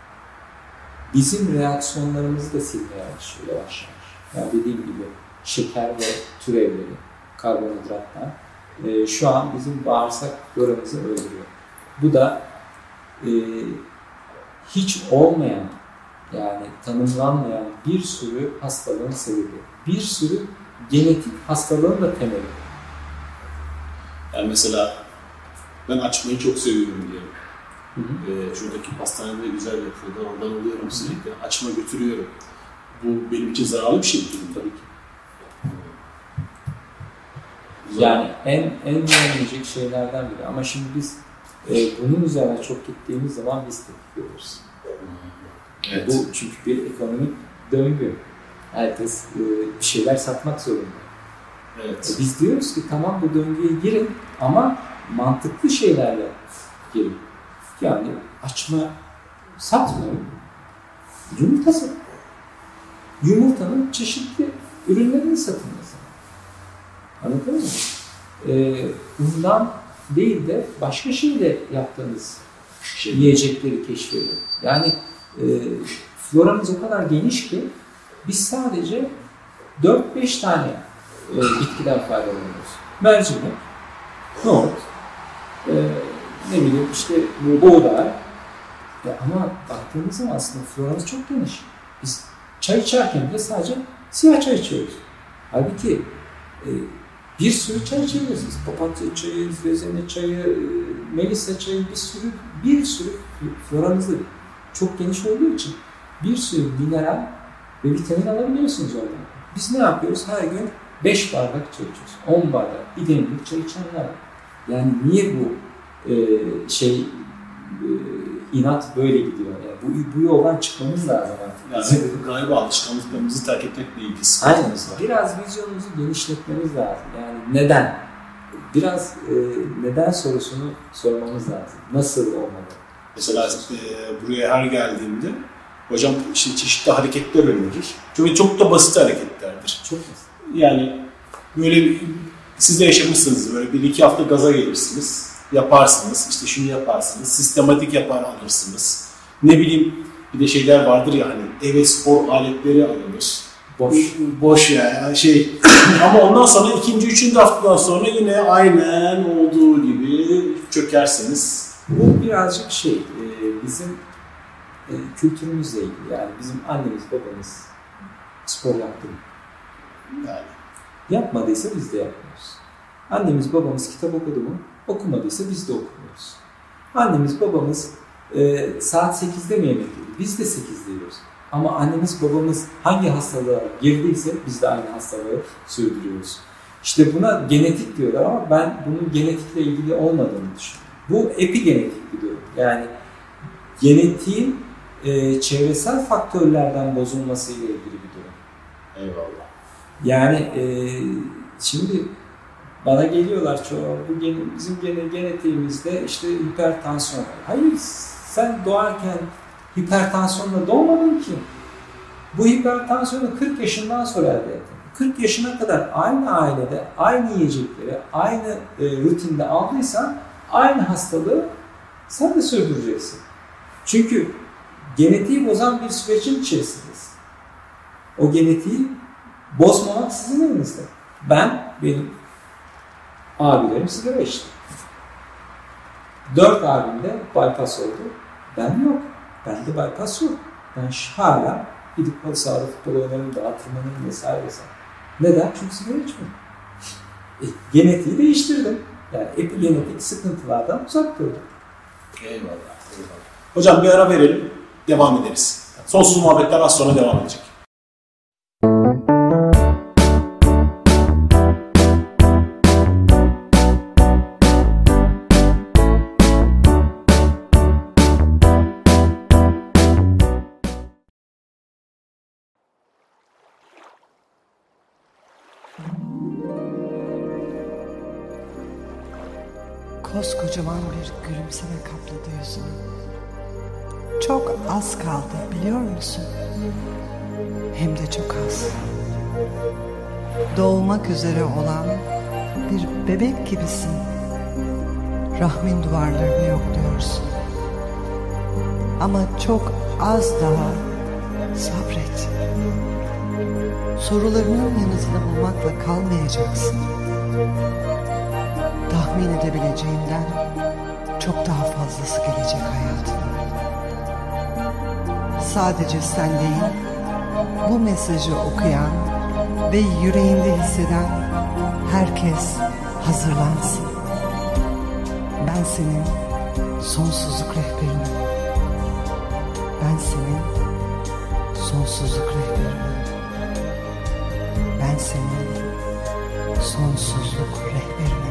bizim reaksiyonlarımızı da silmeye başlıyor yavaş yavaş. Yani dediğim gibi şeker ve türevleri, karbonhidratlar e, şu an bizim bağırsak floramızı öldürüyor. Bu da e, hiç olmayan, yani tanımlanmayan bir sürü hastalığın sebebi. Bir sürü genetik hastalığın da temeli. Yani mesela ben açmayı çok seviyorum diyelim. Hı hı. Ee, şuradaki pastanede güzel yapıyorlar, oradan alıyorum sürekli. Açma götürüyorum. Bu benim için zararlı bir şey değil tabii ki. Yani en en yenmeyecek şeylerden biri. Ama şimdi biz e, bunun üzerine çok gittiğimiz zaman biz tepki görürüz. Evet. Bu çünkü bir ekonomik döngü. Herkes e, bir şeyler satmak zorunda. Evet. E, biz diyoruz ki tamam bu döngüye girin ama mantıklı şeylerle girin. Yani açma satmıyorum. Yumurta satın. Yumurtanın çeşitli ürünlerini satın mesela. Anladın mı? Ee, bundan değil de başka şeyle yaptığınız şey, yiyecekleri keşfedin. Yani e, floramız o kadar geniş ki biz sadece dört beş tane e, bitkiden faydalanıyoruz. Mercimek, nohut, e, ne bileyim işte buğday. Ya ama baktığımız zaman aslında floramız çok geniş. Biz çay içerken bile sadece siyah çay içiyoruz. Halbuki e, bir sürü çay içebilirsiniz. Papatya çayı, rezene çayı, melisa çayı, bir sürü bir sürü floranızda çok geniş olduğu için bir sürü mineral ve vitamin alabiliyorsunuz oradan. Biz ne yapıyoruz? Her gün beş bardak çay içiyoruz. on bardak bir demlik çay içenler var. Yani niye bu e, şey e, inat böyle gidiyor? Yani bu, bu yoldan çıkmamız lazım artık. Yani galiba alışkanlıklarımızı terk etmekle ilgili sıkıntımız var. Biraz vizyonumuzu genişletmemiz lazım. Yani neden? Biraz e, neden sorusunu sormamız lazım. Nasıl olmalı? Mesela e, buraya her geldiğimde hocam işte çeşitli hareketler önerir. Çünkü çok da basit hareketlerdir. Çok basit. Yani böyle bir, siz de yaşamışsınız böyle bir iki hafta gaza gelirsiniz. Yaparsınız, işte şunu yaparsınız, sistematik yapar alırsınız. Ne bileyim bir de şeyler vardır ya hani eve spor aletleri alınır. Boş. Boş yani şey. Ama ondan sonra ikinci, üçüncü haftadan sonra yine aynen olduğu gibi çökersiniz. Bu birazcık şey, bizim kültürümüzle ilgili. Yani bizim annemiz, babamız spor yaptı mı? Yani. Yapmadıysa biz de yapmıyoruz. Annemiz, babamız kitap okudu mu? Okumadıysa biz de okumuyoruz. Annemiz, babamız e, saat sekizde mi yemek yiyor? Biz de sekizde yiyoruz. Ama annemiz, babamız hangi hastalığa girdiyse biz de aynı hastalığı sürdürüyoruz. İşte buna genetik diyorlar ama ben bunun genetikle ilgili olmadığını düşünüyorum. Bu epigenetik bir durum. Yani genetiğin e, çevresel faktörlerden bozulmasıyla ilgili bir durum. Eyvallah. Yani e, şimdi bana geliyorlar çoğu, bu gene, bizim gene, genetiğimizde işte hipertansiyon var. Hayır, sen doğarken hipertansiyonla doğmadın ki. Bu hipertansiyonu kırk yaşından sonra elde ettin. kırk yaşına kadar aynı ailede, aynı yiyecekleri, aynı e, rutinde aldıysan aynı hastalığı sen de sürdüreceksin. Çünkü genetiği bozan bir sürecin içerisindeyiz. O genetiği bozmamak sizin elinizde. Ben, benim abilerim sigara içti. Dört abimde bypass oldu. Ben yok. Bende bypass yok. Ben hala gidip halı sahada futbol oynarım, dağa tırmanırım vesaire vesaire. Neden? Çünkü sigara içmiyorum. E, genetiği değiştirdim. Yani epigenetik sıkıntılardan uzak durdum. Eyvallah, eyvallah. Hocam bir ara verelim, devam ederiz. Sonsuz muhabbetler az sonra devam edecek. Koskocaman bir gülümseme kapladı yüzünü. Çok az kaldı, biliyor musun? Hem de çok az. Doğmak üzere olan bir bebek gibisin. Rahmin duvarlarını yokluyorsun. Ama çok az daha sabret. Sorularının yanıtını bulmakla kalmayacaksın. Tahmin edebileceğinden çok daha fazlası gelecek hayatına. Sadece sen değil, bu mesajı okuyan ve yüreğinde hisseden herkes hazırlansın. Ben senin sonsuzluk rehberinim. Ben senin sonsuzluk rehberinim. Ben senin sonsuzluk rehberinim.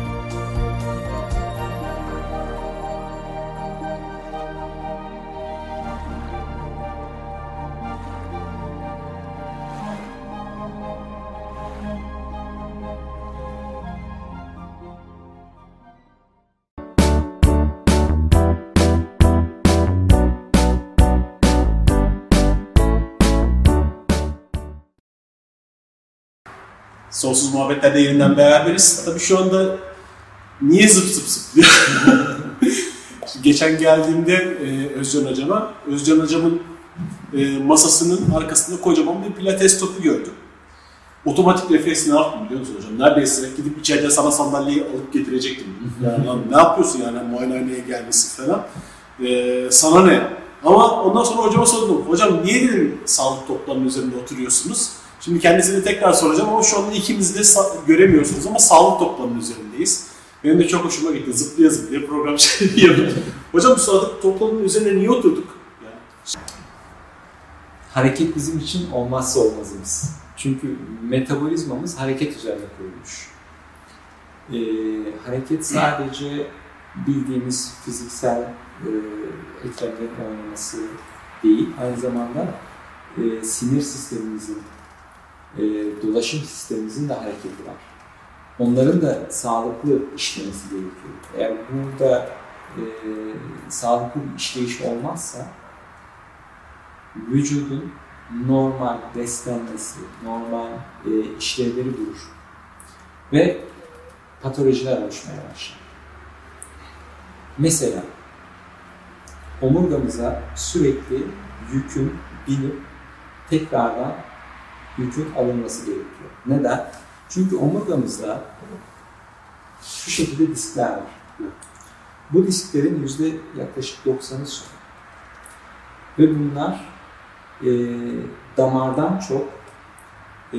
Sonsuz Muhabbetler'de yeniden beraberiz. Tabii şu anda niye zıp zıp zıplıyor? Geçen geldiğimde e, Özcan Hocam'a, Özcan Hocam'ın e, masasının arkasında kocaman bir pilates topu gördüm. Otomatik refleks ne yaptım biliyor musun hocam? Neredeyse gidip içeride sana sandalyeyi alıp getirecektim. Yani lan ne yapıyorsun yani muayenehaneye gelmesi falan. E, sana ne? Ama ondan sonra hocama sordum. Hocam niye dedim sağlık toplarının üzerinde oturuyorsunuz? Şimdi kendisini tekrar soracağım ama şu anda ikimiz de sa- göremiyorsunuz ama sağlık toplarının üzerindeyiz. Benim de çok hoşuma gitti. Zıplaya zıplaya program şey yapıyor. Hocam bu sağlık toplarının üzerine niye oturduk? Yani... Hareket bizim için olmazsa olmazımız. Çünkü metabolizmamız hareket üzerine kurulmuş. Ee, hareket sadece bildiğimiz fiziksel e, eklemlerin oynaması değil, aynı zamanda e, sinir sistemimizin, e, dolaşım sistemimizin de hareketi var. Onların da sağlıklı işlemesi gerekiyor. Eğer burada e, sağlıklı bir işleyiş olmazsa vücudun normal beslenmesi, normal e, işlevleri durur ve patolojiler oluşmaya başlar. Mesela omurgamıza sürekli yükün binip tekrardan yükün alınması gerekiyor. Neden? Çünkü omurgamızda şu şekilde diskler var. Bu disklerin yüzde yaklaşık doksanı su. Ve bunlar e, damardan çok e,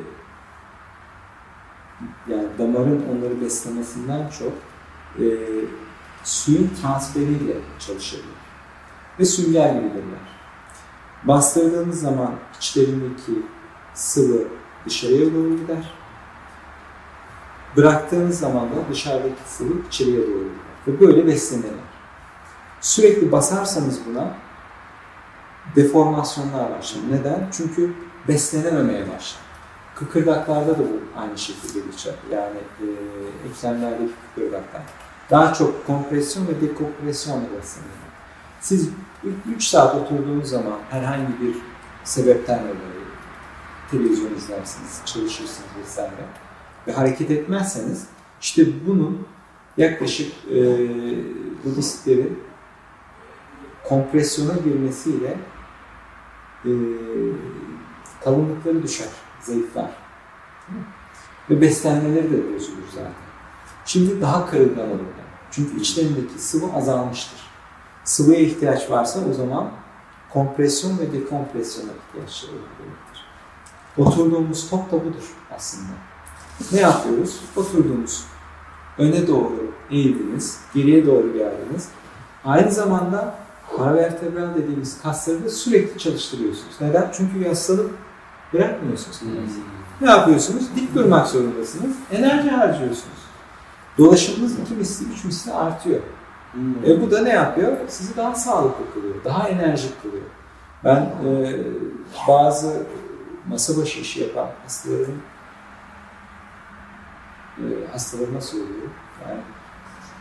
yani damarın onları beslemesinden çok e, suyun transferiyle çalışabilir. Ve sünger gibidirler. Bastırdığınız zaman içlerindeki sıvı dışarıya doğru gider. Bıraktığınız zaman da dışarıdaki sıvı içeriye doğru gider. Ve böyle beslenirler. Sürekli basarsanız buna deformasyonlar başlar. Neden? Çünkü beslenememeye başlar. Kıkırdaklarda da bu aynı şekilde geçer. Yani e, eklemlerdeki kıkırdaklar. Daha çok kompresyon ve dekompresyonla beslenirler. Siz üç saat oturduğunuz zaman herhangi bir sebepten dolayı televizyon izlersiniz, çalışırsınız vesaire ve hareket etmezseniz işte bunun yaklaşık e, bu disklerin kompresyona girmesiyle e, kalınlıkları düşer, zayıflar. Ve beslenmeleri de bozulur zaten. Şimdi daha kırılgan olurlar. Çünkü içlerindeki sıvı azalmıştır. Sıvıya ihtiyaç varsa o zaman kompresyon ve dekompresyona ihtiyaçları olabilir. Oturduğumuz top da budur aslında. Ne yapıyoruz? Oturduğumuz öne doğru eğildiniz, geriye doğru geldiniz. Aynı zamanda paravertebral dediğimiz kasları da sürekli çalıştırıyorsunuz. Neden? Çünkü yaslanıp bırakmıyorsunuz. Hmm. Ne yapıyorsunuz? Dik durmak zorundasınız. Enerji harcıyorsunuz. Dolaşımınız iki misli, üç misli artıyor. Hmm. E bu da ne yapıyor? Sizi daha sağlıklı kılıyor, daha enerjik kılıyor. Ben e, bazı masa başı işi yapan hastaların e, hastalarına söylüyorum. Yani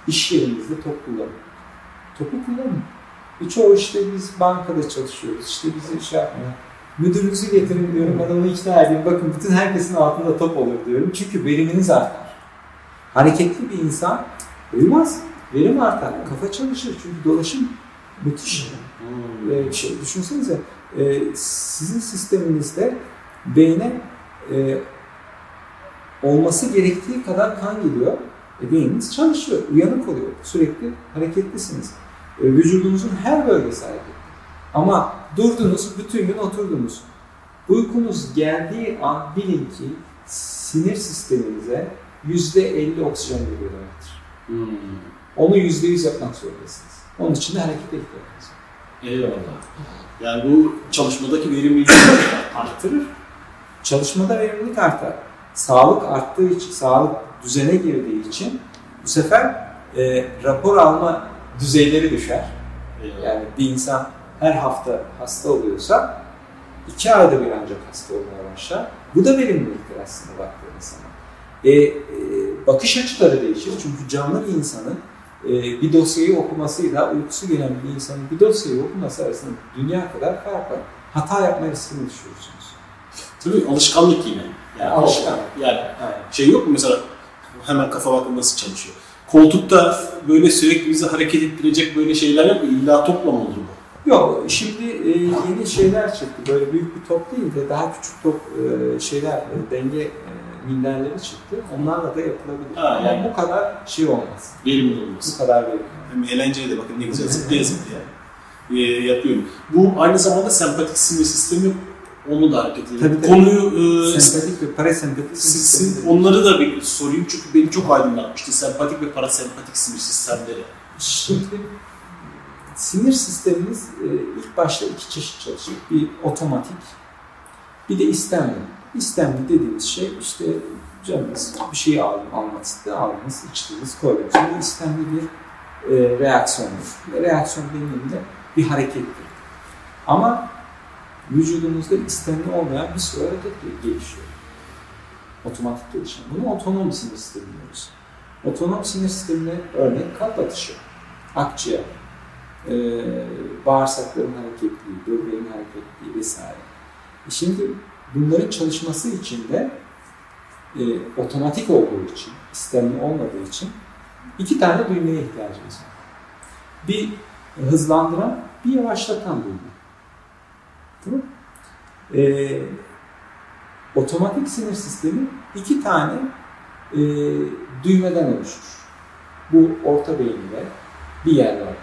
İş yerinizde top kullanın. Topu kullanın. Birçoğu işte biz bankada çalışıyoruz, işte bizi şey yapmıyor. Müdürünüzü getirin diyorum, adamı ikna edeyim. Bakın bütün herkesin altında top olur diyorum. Çünkü veriminiz artar. Hareketli bir insan uyumaz, verim artar, kafa çalışır. Çünkü dolaşım müthiş hmm. ee, bir şey. Düşünsenize, e, sizin sisteminizde beyne e, olması gerektiği kadar kan gidiyor. E, beyniniz çalışıyor, uyanık oluyor. Sürekli hareketlisiniz. E, vücudunuzun her bölgesi hareketli. Ama durdunuz, bütün gün oturdunuz. Uykunuz geldiği an bilin ki sinir sisteminize yüzde elli oksijen veriyor demektir. Hmm. Onu yüzde yüz yapmak zorundasınız. Onun için de harekete ihtiyacınız var. Eyvallah. Yani bu çalışmadaki verimliliği arttırır. Çalışmada verimlilik artar. Sağlık arttığı için, sağlık düzene girdiği için bu sefer e, rapor alma düzeyleri düşer. Eyvallah. Yani bir insan her hafta hasta oluyorsa iki ayda bir ancak hasta olmaya başlar. Bu da verimliliktir aslında baktığınız zaman. E, e, bakış açıları değişir. Çünkü canlı bir insanın e, bir dosyayı okumasıyla uykusu gelen bir insanın bir dosyayı okuması arasında dünya kadar fark var. Hata yapma riskini düşürürsünüz. Tabii alışkanlık yine. Yani alışkanlık. Yani aynen. Şey yok mu mesela hemen kafa bakımı nasıl çalışıyor? Koltukta böyle sürekli bizi hareket ettirecek böyle şeyler yok mu? İlla topla mı olur bu? Yok, şimdi e, yeni şeyler çıktı. Böyle büyük bir top değil de daha küçük top e, şeyler, e, denge e, minderleri çıktı. Onlarla da yapılabilir. Ha, yani. Ama bu kadar şey olmaz. Verimli olmaz. Bu kadar verimli. Hem eğlenceli de bakın ne güzel zıplaya zıplaya e, yapıyorum. Bu aynı zamanda sempatik sinir sistemi onu da hareket ediyor. Tabii, tabii. Konuyu e, sempatik ve parasempatik sinir sistemi. Onları da bir sorayım çünkü beni çok aydınlatmıştı. Sempatik ve parasempatik sinir sistemleri. Şimdi sinir sistemimiz e, ilk başta iki çeşit çalışır. Bir otomatik, bir de istemli. İstemli dediğimiz şey işte canınız bir şeyi almak istedi, aldınız, içtiniz, koydunuz. Bu istemli bir e, reaksiyondur. Reaksiyon deneyiminde bir harekettir. Ama vücudunuzda istemli olmayan bir sürü hareket gelişiyor. Otomatik gelişen. Bunu otonom sinir sistemi diyoruz. Otonom sinir sistemine örneğin kalp atışı, akciğer, e, bağırsakların hareketliği, böbreğin hareketliği vesaire. E şimdi bunların çalışması için de e, otomatik olduğu için, istemli olmadığı için iki tane düğmeye ihtiyacımız var. Bir hızlandıran, bir yavaşlatan düğme. Tamam. E, otomatik sinir sistemi iki tane e, düğmeden oluşur. Bu orta beyinde bir yer var.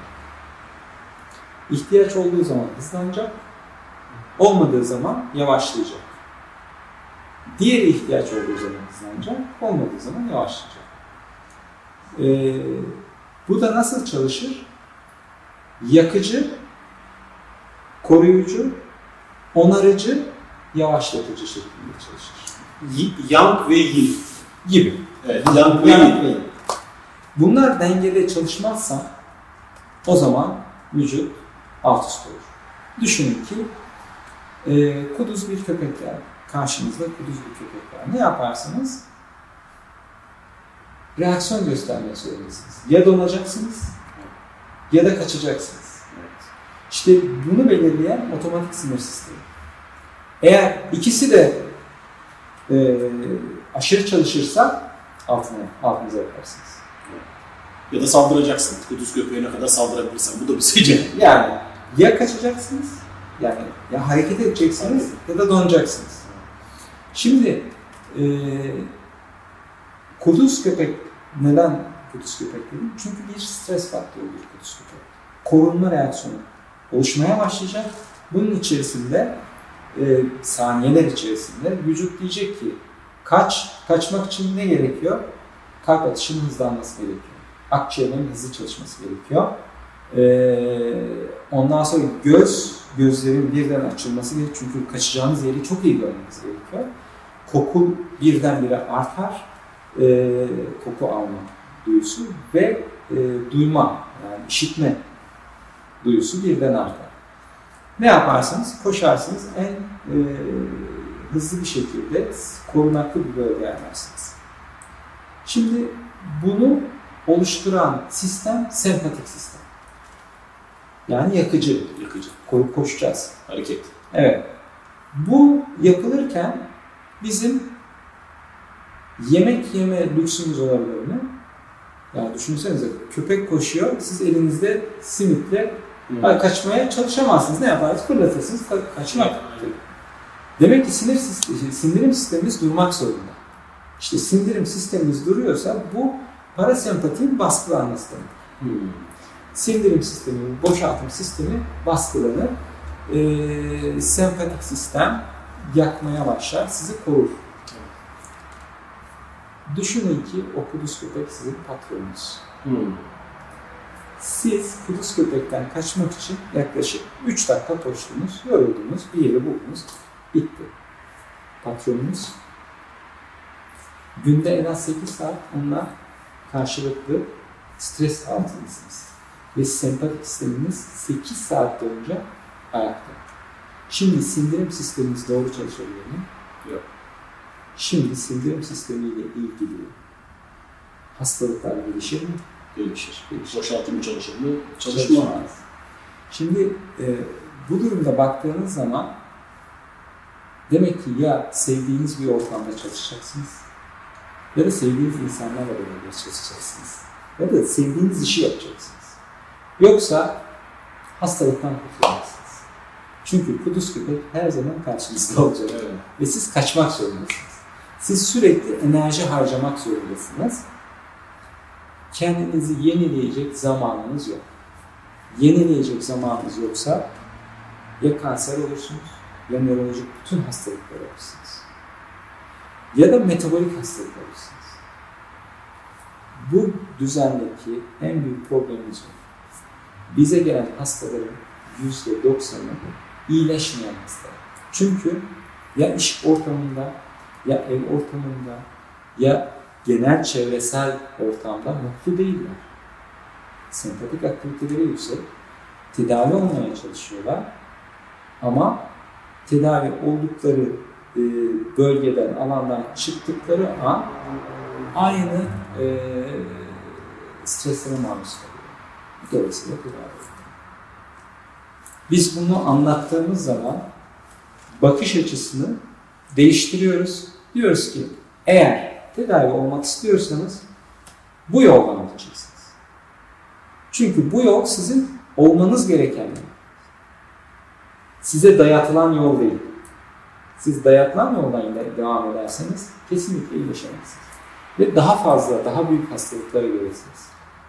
İhtiyaç olduğu zaman hızlanacak, olmadığı zaman yavaşlayacak. Diğeri ihtiyaç olduğu zaman hızlanacak, olmadığı zaman yavaşlayacak. Ee, bu da nasıl çalışır? Yakıcı, koruyucu, onarıcı, yavaşlatıcı şeklinde çalışır. Yang ve Yin gibi. Evet, Yang ve Yin. Bunlar dengede çalışmazsa o zaman vücut alt üst olur. Düşünün ki e, kuduz bir köpek var. Karşınızda kuduz bir köpek var. Ne yaparsınız? Reaksiyon göstermek zorundasınız. Ya donacaksınız ya da kaçacaksınız. Evet. İşte bunu belirleyen otomatik sinir sistemi. Eğer ikisi de e, aşırı çalışırsa altına, altınıza yaparsınız. Ya da saldıracaksın. Kuduz köpeğine kadar saldırabilirsen. Bu da bir seçenek. Yani ya kaçacaksınız, yani ya hareket edeceksiniz ya da donacaksınız. Şimdi e, kuduz köpek, neden kuduz köpek dedim? Çünkü bir stres faktörü bir kuduz köpek. Korunma reaksiyonu oluşmaya başlayacak. Bunun içerisinde e, saniyeler içerisinde vücut diyecek ki kaç, kaçmak için ne gerekiyor? Kalp atışının hızlanması gerekiyor. Akciğerin hızlı çalışması gerekiyor. Ee, ondan sonra göz, gözlerin birden açılması gerekiyor. Çünkü kaçacağınız yeri çok iyi görmeniz gerekiyor. Koku birdenbire artar. Ee, koku alma duyusu ve e, duyma, yani işitme duyusu birden artar. Ne yaparsınız? Koşarsınız, en e, hızlı bir şekilde korunaklı bir bölge ararsınız. Şimdi bunu oluşturan sistem sempatik sistem. Yani yakıcı. Yakıcı. Koyup koşacağız. Hareket. Evet. Bu yapılırken bizim yemek yeme lüksümüz olabilir mi? Yani düşünsenize, köpek koşuyor, siz elinizde simitle hmm. kaçmaya çalışamazsınız. Ne yaparsınız? Fırlatırsınız, ka- kaçmak. Evet. Demek ki sinir sistemi, sindirim sistemimiz durmak zorunda. İşte sindirim sistemimiz duruyorsa bu parasempatinin baskılanma sistemi. Hmm. Sindirim sistemi, boşaltım sistemi baskılanır. Ee, sempatik sistem yakmaya başlar, sizi korur. Düşünün ki o kuduz köpek sizin patronunuz. Hmm. Siz kuduz köpekten kaçmak için yaklaşık üç dakika koştunuz, yoruldunuz, bir yeri buldunuz, bitti. Patronunuz günde en az sekiz saat onunla karşılıklı stres altındasınız. Ve sempatik sisteminiz sekiz saat boyunca ayakta. Şimdi sindirim sisteminiz doğru çalışabiliyor mu? Yok. Şimdi sindirim sistemiyle ilgili hastalıklar gelişir mi? Gelişir. Gelişir. Boşaltım çalışır mı? Çalışmaz. Şimdi e, bu durumda baktığınız zaman demek ki ya sevdiğiniz bir ortamda çalışacaksınız ya da sevdiğiniz insanlarla beraber çalışacaksınız ya da sevdiğiniz işi yapacaksınız. Yoksa hastalıktan kurtulacaksınız. Çünkü kuduz köpek her zaman karşınızda olacak. Evet. Ve siz kaçmak zorundasınız. Siz sürekli enerji harcamak zorundasınız. Kendinizi yenileyecek zamanınız yok. Yenileyecek zamanınız yoksa ya kanser olursunuz ya nörolojik bütün hastalıklar olursunuz. Ya da metabolik hastalık olursunuz. Bu düzendeki en büyük problemimiz var. Bize gelen hastaların yüzde doksanı iyileşmeyen hastalar. Çünkü ya iş ortamında, ya ev ortamında, ya genel çevresel ortamda mutlu değiller. Sempatik aktiviteleri yüksek, tedavi olmaya çalışıyorlar ama tedavi oldukları e, bölgeden, alandan çıktıkları an aynı e, streslere maruz kalıyor. Dolayısıyla tedavi ediyor. Biz bunu anlattığımız zaman bakış açısını değiştiriyoruz. Diyoruz ki eğer tedavi olmak istiyorsanız bu yoldan gideceksiniz. Çünkü bu yol sizin olmanız gereken yol. Size dayatılan yol değil. Siz dayatılan yoldan devam ederseniz kesinlikle iyileşemezsiniz. Ve daha fazla, daha büyük hastalıklara görürsünüz.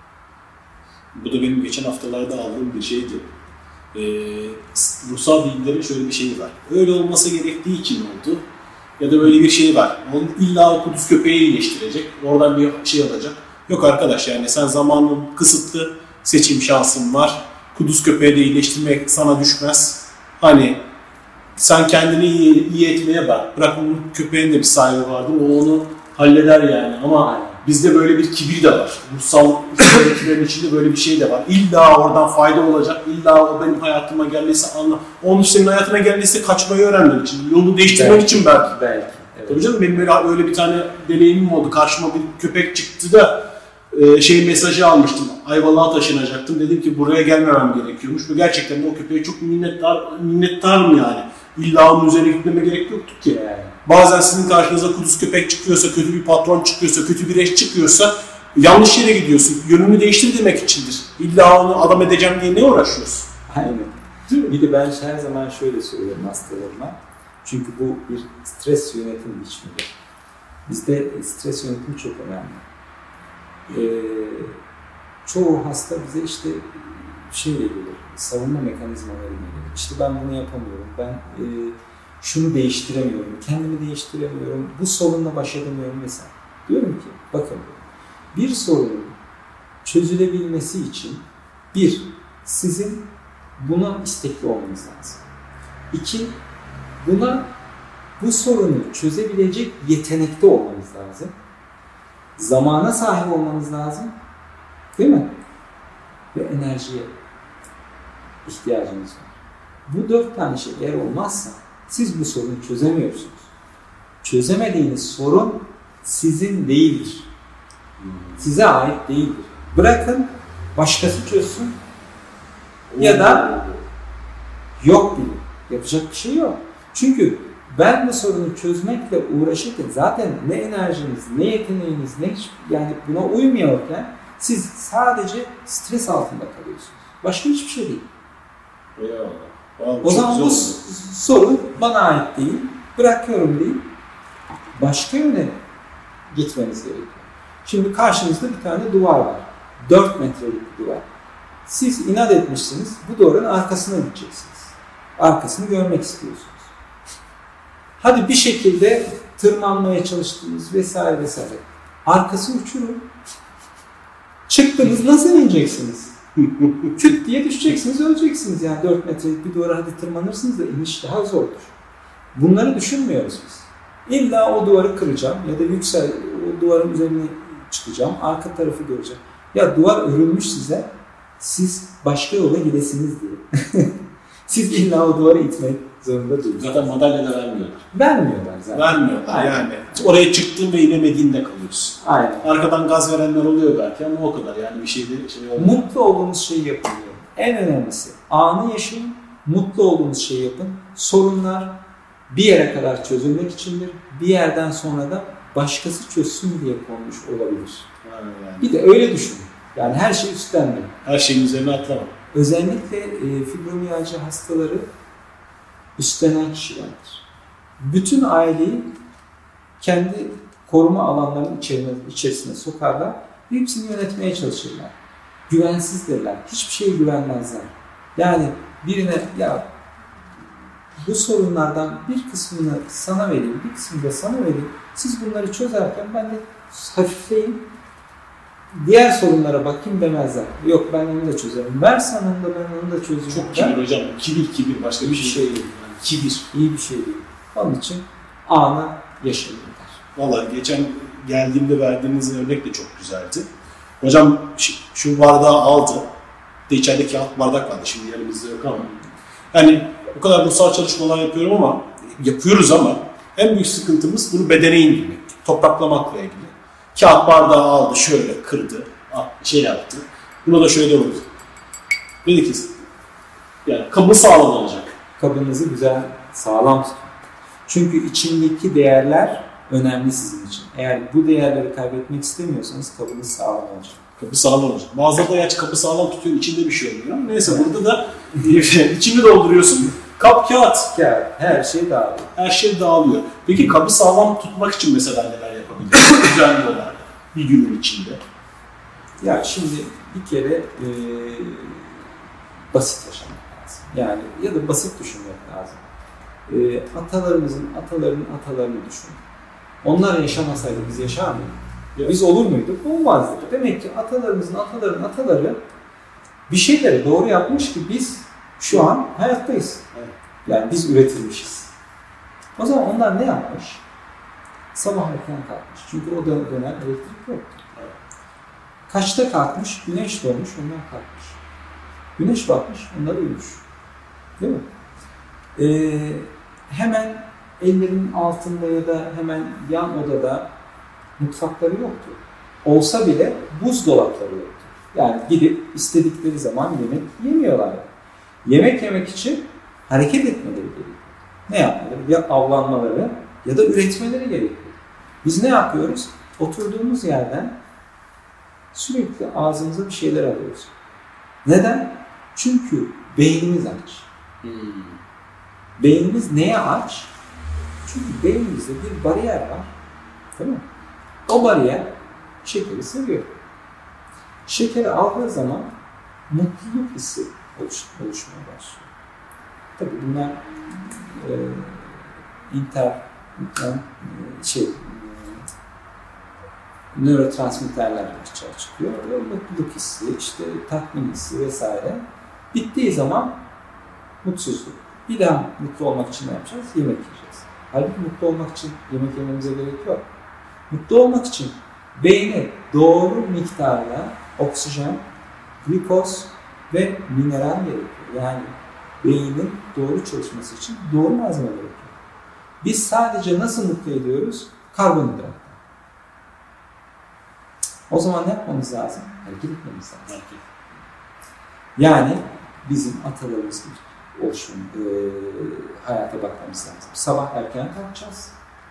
Bu da benim geçen haftalarda aldığım bir şeydi. Ee, ruhsal bilgilerin şöyle bir şeyi var. Öyle olması gerektiği için oldu. Ya da böyle bir şey var. Onu illa o kuduz köpeği iyileştirecek. Oradan bir şey alacak. Yok arkadaş, yani sen zamanın kısıtlı, seçim şansın var. Kuduz köpeği de iyileştirmek sana düşmez. Hani sen kendini iyi, iyi etmeye bak. Bırak onun köpeğin de bir sahibi vardır. O onu halleder yani. Ama bizde böyle bir kibir de var. Ruhsal hizmetlerin içinde böyle bir şey de var. İlla oradan fayda olacak. İlla o benim hayatıma geldiyse anla. Onun senin hayatına geldiyse kaçmayı öğrendiğin için. Yolunu değiştirmek belki, için belki. Belki. Evet. Tabii canım, benim öyle, öyle bir tane deneyimim oldu. Karşıma bir köpek çıktı da e, şey mesajı almıştım. Ayvalık'a taşınacaktım. Dedim ki buraya gelmemem gerekiyormuş. Ve gerçekten de o köpeğe çok minnettar, minnettarım yani. İlla onun üzerine gitmeme gerek yoktu ki. Yani. Bazen sizin karşınıza kuduz köpek çıkıyorsa, kötü bir patron çıkıyorsa, kötü bir eş çıkıyorsa yanlış yere gidiyorsun. Yönünü değiştir demek içindir. İlla onu adam edeceğim diye ne uğraşıyorsun? Aynen. Bir de ben her zaman şöyle söylüyorum hastalarıma. Çünkü bu bir stres yönetim biçimidir. Bizde stres yönetimi çok önemli. Ee, çoğu hasta bize işte şeyle gelir, savunma mekanizmalarıyla gelir. İşte ben bunu yapamıyorum, ben e, şunu değiştiremiyorum, kendimi değiştiremiyorum, bu sorunla baş edemiyorum vesaire. Diyorum ki, bakın, bir sorunun çözülebilmesi için bir, sizin buna istekli olmanız lazım. İki, buna bu sorunu çözebilecek yetenekte olmanız lazım. Zamana sahip olmanız lazım. Değil mi? Ve enerjiye ihtiyacınız var. Bu dört tane şey eğer olmazsa siz bu sorunu çözemiyorsunuz. Çözemediğiniz sorun sizin değildir. Hmm. Size ait değildir. Bırakın başkası çözsün ya da yok bilin. Yapacak bir şey yok. Çünkü ben bu sorunu çözmekle uğraşırken zaten ne enerjiniz, ne yeteneğiniz, ne hiç, yani buna uymuyorken siz sadece stres altında kalıyorsunuz. Başka hiçbir şey değil. Eyvallah. Vallahi o zaman bu sorun bana ait değil, bırakıyorum değil, başka yöne gitmeniz gerekiyor. Şimdi karşınızda bir tane duvar var. dört metrelik bir duvar. Siz inat etmişsiniz, bu duvarın arkasına gideceksiniz. Arkasını görmek istiyorsunuz. Hadi bir şekilde tırmanmaya çalıştınız vesaire vesaire. Arkası uçurum. Çıktınız, nasıl ineceksiniz? Küt diye düşeceksiniz, öleceksiniz. Yani dört metrelik bir duvara hadi tırmanırsınız da iniş daha zordur. Bunları düşünmüyoruz biz. İlla o duvarı kıracağım ya da yüksel, o duvarın üzerine çıkacağım, arka tarafı göreceğim. Ya duvar örülmüş size, siz başka yola gidesiniz diye. Siz illa o duvarı itmek zorunda değilsiniz. Zaten madalya da vermiyorlar. Vermiyorlar zaten. Vermiyorlar Aynen. yani. Oraya çıktın ve inemediğinde kalıyorsun. Aynen. Arkadan gaz verenler oluyor belki ama o kadar. Yani bir şey de şey olmuyor. Mutlu olduğunuz şeyi yapın diyorum. En önemlisi anı yaşayın, mutlu olduğunuz şeyi yapın. Sorunlar bir yere kadar çözülmek içindir. Bir yerden sonra da başkası çözsün diye konmuş olabilir. Yani. Bir de öyle düşünün. Yani her şey üstlenmeyin. Her şeyin üzerine atlama. Özellikle e, fibromiyalji hastaları üstlenen kişilerdir. Bütün aileyi kendi koruma alanlarının içerisine, içerisine sokarlar ve hepsini yönetmeye çalışırlar. Güvensizdirler. Hiçbir şeye güvenmezler. Yani birine ya bu sorunlardan bir kısmını sana vereyim, bir kısmını da sana vereyim. Siz bunları çözerken ben de hafifleyeyim. Diğer sorunlara bakayım demezler. Yok ben onu da çözerim. Versen onu da ben onu da çözeceğim. Çok kibir hocam. Kibir kibir. Başka bir, bir şey değil. Yani kibir. İyi bir şey değil. Onun için anı yaşayın. Vallahi geçen geldiğimde verdiğiniz örnek de çok güzeldi. Hocam şu bardağı aldı. De içeride kağıt bardak vardı. Şimdi yanımızda yok ama. Yani o kadar ruhsal çalışmalar yapıyorum ama yapıyoruz ama en büyük sıkıntımız bunu bedene indirmek. Topraklamakla ilgili. Kağıt bardağı aldı, şöyle kırdı, şey yaptı. Buna da şöyle oldu. Dedi ki, yani kabı sağlam olacak. Kabınızı güzel, sağlam tutun. Çünkü içindeki değerler önemli sizin için. Eğer bu değerleri kaybetmek istemiyorsanız kabınız sağlam olacak. Kapı sağlam olacak. Bazıları da gerçi kapı sağlam tutuyor, içinde bir şey olmuyor. Neyse evet. Burada da içini dolduruyorsun, kap kağıt. Kağıt, her şey dağılıyor. Her şey dağılıyor. Peki kabı sağlam tutmak için mesela neler yapabiliriz? Düzenli olarak bir günün içinde. Ya şimdi bir kere e, basit yaşamak lazım. Yani ya da basit düşünmek lazım. E, atalarımızın atalarının atalarını düşünün. Onlar yaşamasaydı biz yaşar mıydık? Ya biz olur muyduk? Olmazdık. Demek ki atalarımızın atalarının ataları bir şeyleri doğru yapmış ki biz şu an hayattayız. Evet. Yani biz üretilmişiz. O zaman onlar ne yapmış? Sabah erken kalkmış. Çünkü o dönem elektrik yoktu. Evet. Kaçta kalkmış? Güneş doğmuş, onlar kalkmış. Güneş batmış, onlar uyumuş. Değil mi? Ee, hemen ellerinin altında ya da hemen yan odada mutfakları yoktu. Olsa bile buzdolapları yoktu. Yani gidip istedikleri zaman yemek yemiyorlar. Yemek yemek için hareket etmeleri gerekiyor. Ne yapmaları? Ya avlanmaları ya da üretmeleri gerekiyor. Biz ne yapıyoruz? Oturduğumuz yerden sürekli ağzımıza bir şeyler alıyoruz. Neden? Çünkü beynimiz aç. Hmm. Beynimiz neye aç? Çünkü beynimizde bir bariyer var. Değil mi? O bariyer şekeri seviyor. Şekeri aldığı zaman mutluluk hissi oluş, oluşmaya başlıyor. Tabii bunlar e, inter e, şey e, nörotransmitterler açığa çıkıyor. Ve mutluluk hissi, işte tatmin hissi vesaire. Bittiği zaman mutsuzluk. Bir daha mutlu olmak için ne yapacağız? Yemek yiyeceğiz. Halbuki mutlu olmak için yemek yememize gerek yok. Mutlu olmak için beyne doğru miktarda oksijen, glikoz ve mineral gerekiyor. Yani beynin doğru çalışması için doğru malzeme gerekiyor. Biz sadece nasıl mutlu ediyoruz? Karbonhidrat. O zaman ne yapmamız lazım? Hareket etmemiz lazım. Yani bizim atalarımız gibi oluşum, e, hayata bakmamız lazım. Sabah erken kalkacağız.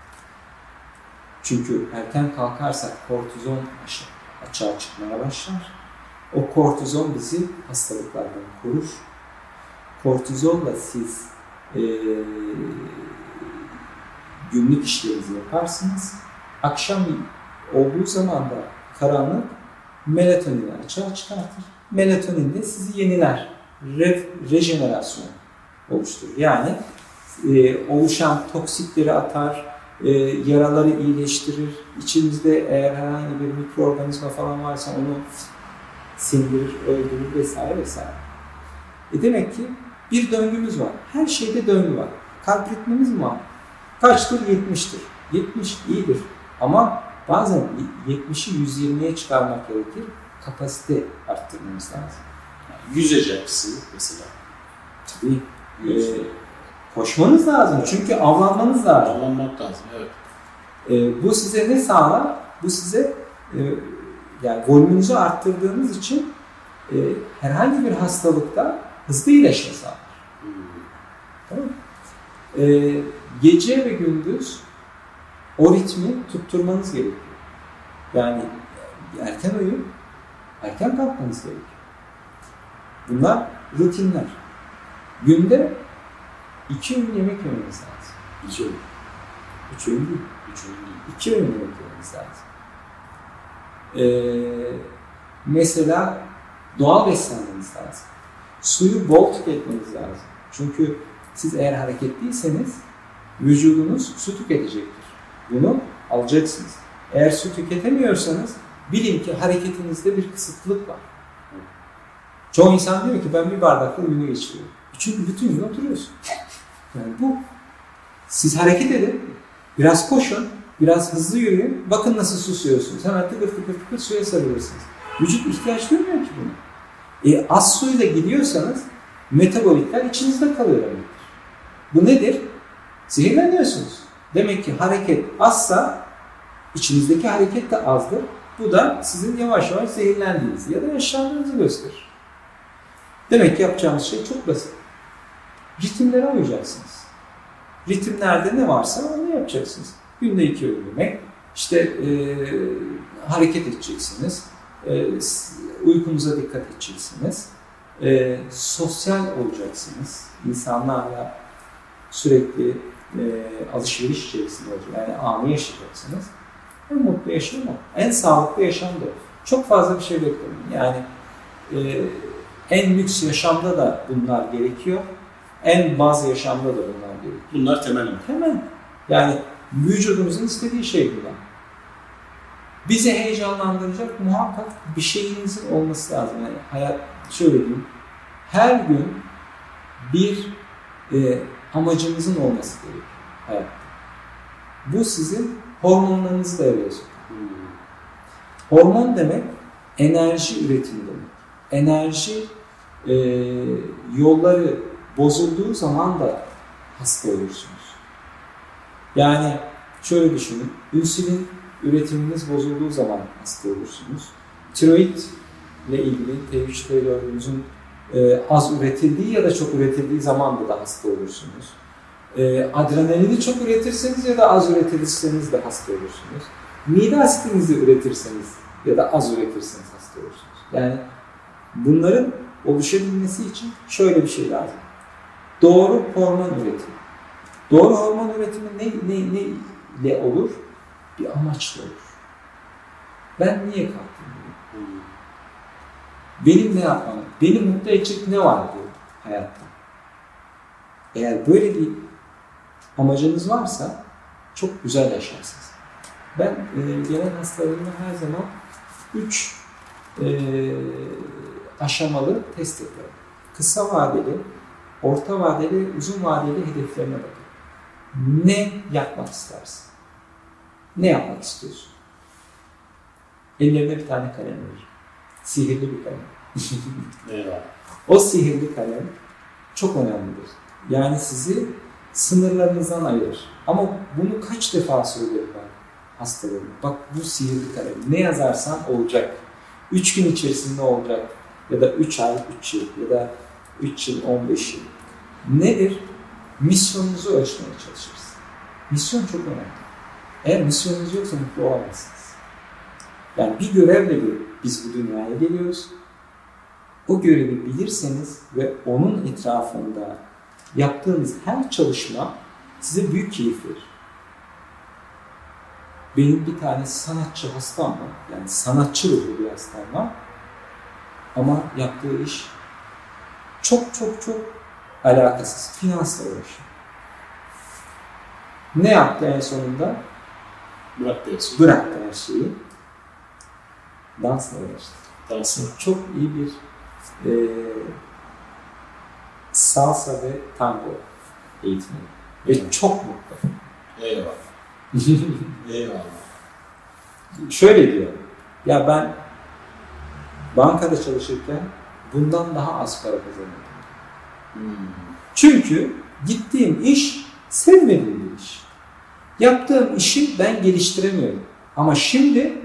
Çünkü erken kalkarsak kortizon açığa çıkmaya başlar. O kortizon bizi hastalıklardan korur. Kortizonla siz e, günlük işlerinizi yaparsınız. Akşam olduğu zaman da karanlık melatonini açığa çıkartır. Melatonin de sizi yeniler. Re, rejenerasyon oluşturur. Yani e, oluşan toksikleri atar, e, yaraları iyileştirir. İçimizde eğer herhangi bir mikroorganizma falan varsa onu sindirir, öldürür vesaire vesaire. E demek ki bir döngümüz var. Her şeyde döngü var. Kalp ritmimiz mi var? Kaçtır? yetmiştir. yetmiş iyidir. Ama bazen yetmişi yüz yirmiye çıkarmak gerekir. Kapasite arttırmamız lazım. Yani yüz eceksin mesela. Tabii. E, koşmanız lazım. Çünkü avlanmanız lazım. Avlanmak lazım, evet. E, bu size ne sağlar? Bu size e, yani volümünüzü arttırdığınız için e, herhangi bir hastalıkta hızlı iyileşme sağlar. Hmm. Tamam mı? E, gece ve gündüz o ritmi tutturmanız gerekiyor. Yani erken uyuyup erken kalkmanız gerekiyor. Bunlar rutinler. Günde iki öğün yemek yemeniz lazım. İki öğün. Üç öğün değil. Üç öğün değil. İki öğün yemek yemeniz lazım. Ee, mesela doğal beslenmeniz lazım. Suyu bol tüketmeniz lazım. Çünkü siz eğer hareketliyseniz vücudunuz su tüketecektir. Bunu alacaksınız. Eğer su tüketemiyorsanız bilin ki hareketinizde bir kısıtlılık var. Çoğu insan diyor ki ben bir bardakla günü geçiriyorum. Çünkü bütün gün oturuyorsun. Yani bu. Siz hareket edin, biraz koşun, biraz hızlı yürüyün. Bakın nasıl susuyorsunuz. Hemen tıkır tıkır tıkır suya sarılırsınız. Vücut ihtiyaç duymuyor ki buna. E, az suyla gidiyorsanız metabolitler içinizde kalıyor demektir. Bu nedir? Zehirleniyorsunuz. Demek ki hareket azsa içinizdeki hareket de azdır. Bu da sizin yavaş yavaş zehirlendiğinizi ya da yaşlandığınızı gösterir. Demek ki yapacağımız şey çok basit. Ritimlere uyacaksınız. Ritimlerde ne varsa onu yapacaksınız. Günde iki öğün yemek, işte e, hareket edeceksiniz, e, uykunuza dikkat edeceksiniz, e, sosyal olacaksınız, insanlarla sürekli e, alışveriş içerisinde olacaksınız, yani anı yaşayacaksınız. En mutlu yaşam o, en sağlıklı yaşam da o. Çok fazla bir şey beklemeyin. Yani e, en lüks yaşamda da bunlar gerekiyor. En baz yaşamda da bunlar gerekiyor. Bunlar temel mi? Temel. Yani vücudumuzun istediği şey bunlar. Bizi heyecanlandıracak muhakkak bir şeyinizin olması lazım. Yani hayat, şöyle diyeyim, her gün bir e, amacınızın olması gerekiyor hayatta. Bu sizin hormonlarınızı devreye sokuyor. Hmm. Hormon demek enerji üretimi demek. Enerji e, yolları bozulduğu zaman da hasta olursunuz. Yani şöyle düşünün, insülin üretiminiz bozulduğu zaman hasta olursunuz. Tiroid ile ilgili T üç T dördünüzün e, az üretildiği ya da çok üretildiği zaman da hasta olursunuz. E, adrenalini çok üretirseniz ya da az üretirseniz de hasta olursunuz. Mide asitinizi üretirseniz ya da az üretirseniz hasta olursunuz. Yani bunların oluşabilmesi için şöyle bir şey lazım. Doğru hormon üretimi. Doğru hormon üretimi ne, ne, ne ile olur? Bir amaçla olur. Ben niye kalktım? Hmm. Benim ne yapmam? Beni mutlu edecek ne var diyor hayatta? Eğer böyle bir amacınız varsa çok güzel yaşarsınız. Ben e, gelen hastalarıma her zaman üç e, aşamalı test yapıyorum. Kısa vadeli, orta vadeli, uzun vadeli hedeflerine bakın. Ne yapmak istersin? Ne yapmak istiyorsun? Ellerine bir tane kalem verir. Sihirli bir kalem. Eyvallah. O sihirli kalem çok önemlidir. Yani sizi sınırlarınızdan ayırır. Ama bunu kaç defa söylerim ben hastalarını. Bak bu sihirli kalem. Ne yazarsan olacak. üç gün içerisinde olacak. Ya da üç ay, üç yıl ya da üç yıl, on beş yıl. Nedir? Misyonunuzu ölçmeye çalışırız. Misyon çok önemli. Eğer misyonunuz yoksa mutlu olamazsınız. Yani bir görevle biz bu dünyaya geliyoruz. O görevi bilirseniz ve onun etrafında yaptığınız her çalışma size büyük keyif verir. Benim bir tane sanatçı hastam var. Yani sanatçı ruhlu bir hastam var. Ama yaptığı iş çok çok çok alakasız. Finansla uğraşıyor. Ne yaptı en sonunda? Bıraktı her şeyi. Bıraktı her şeyi. Dansla uğraştı. Dansla. Çok iyi bir e, salsa ve tango eğitmeni. Ve Evet. çok mutlu. Eyvallah. Eyvallah. Şöyle diyor. Ya ben bankada çalışırken bundan daha az para kazanıyordum. Hmm. Çünkü gittiğim iş sevmediğim bir iş. Yaptığım işi ben geliştiremiyorum. Ama şimdi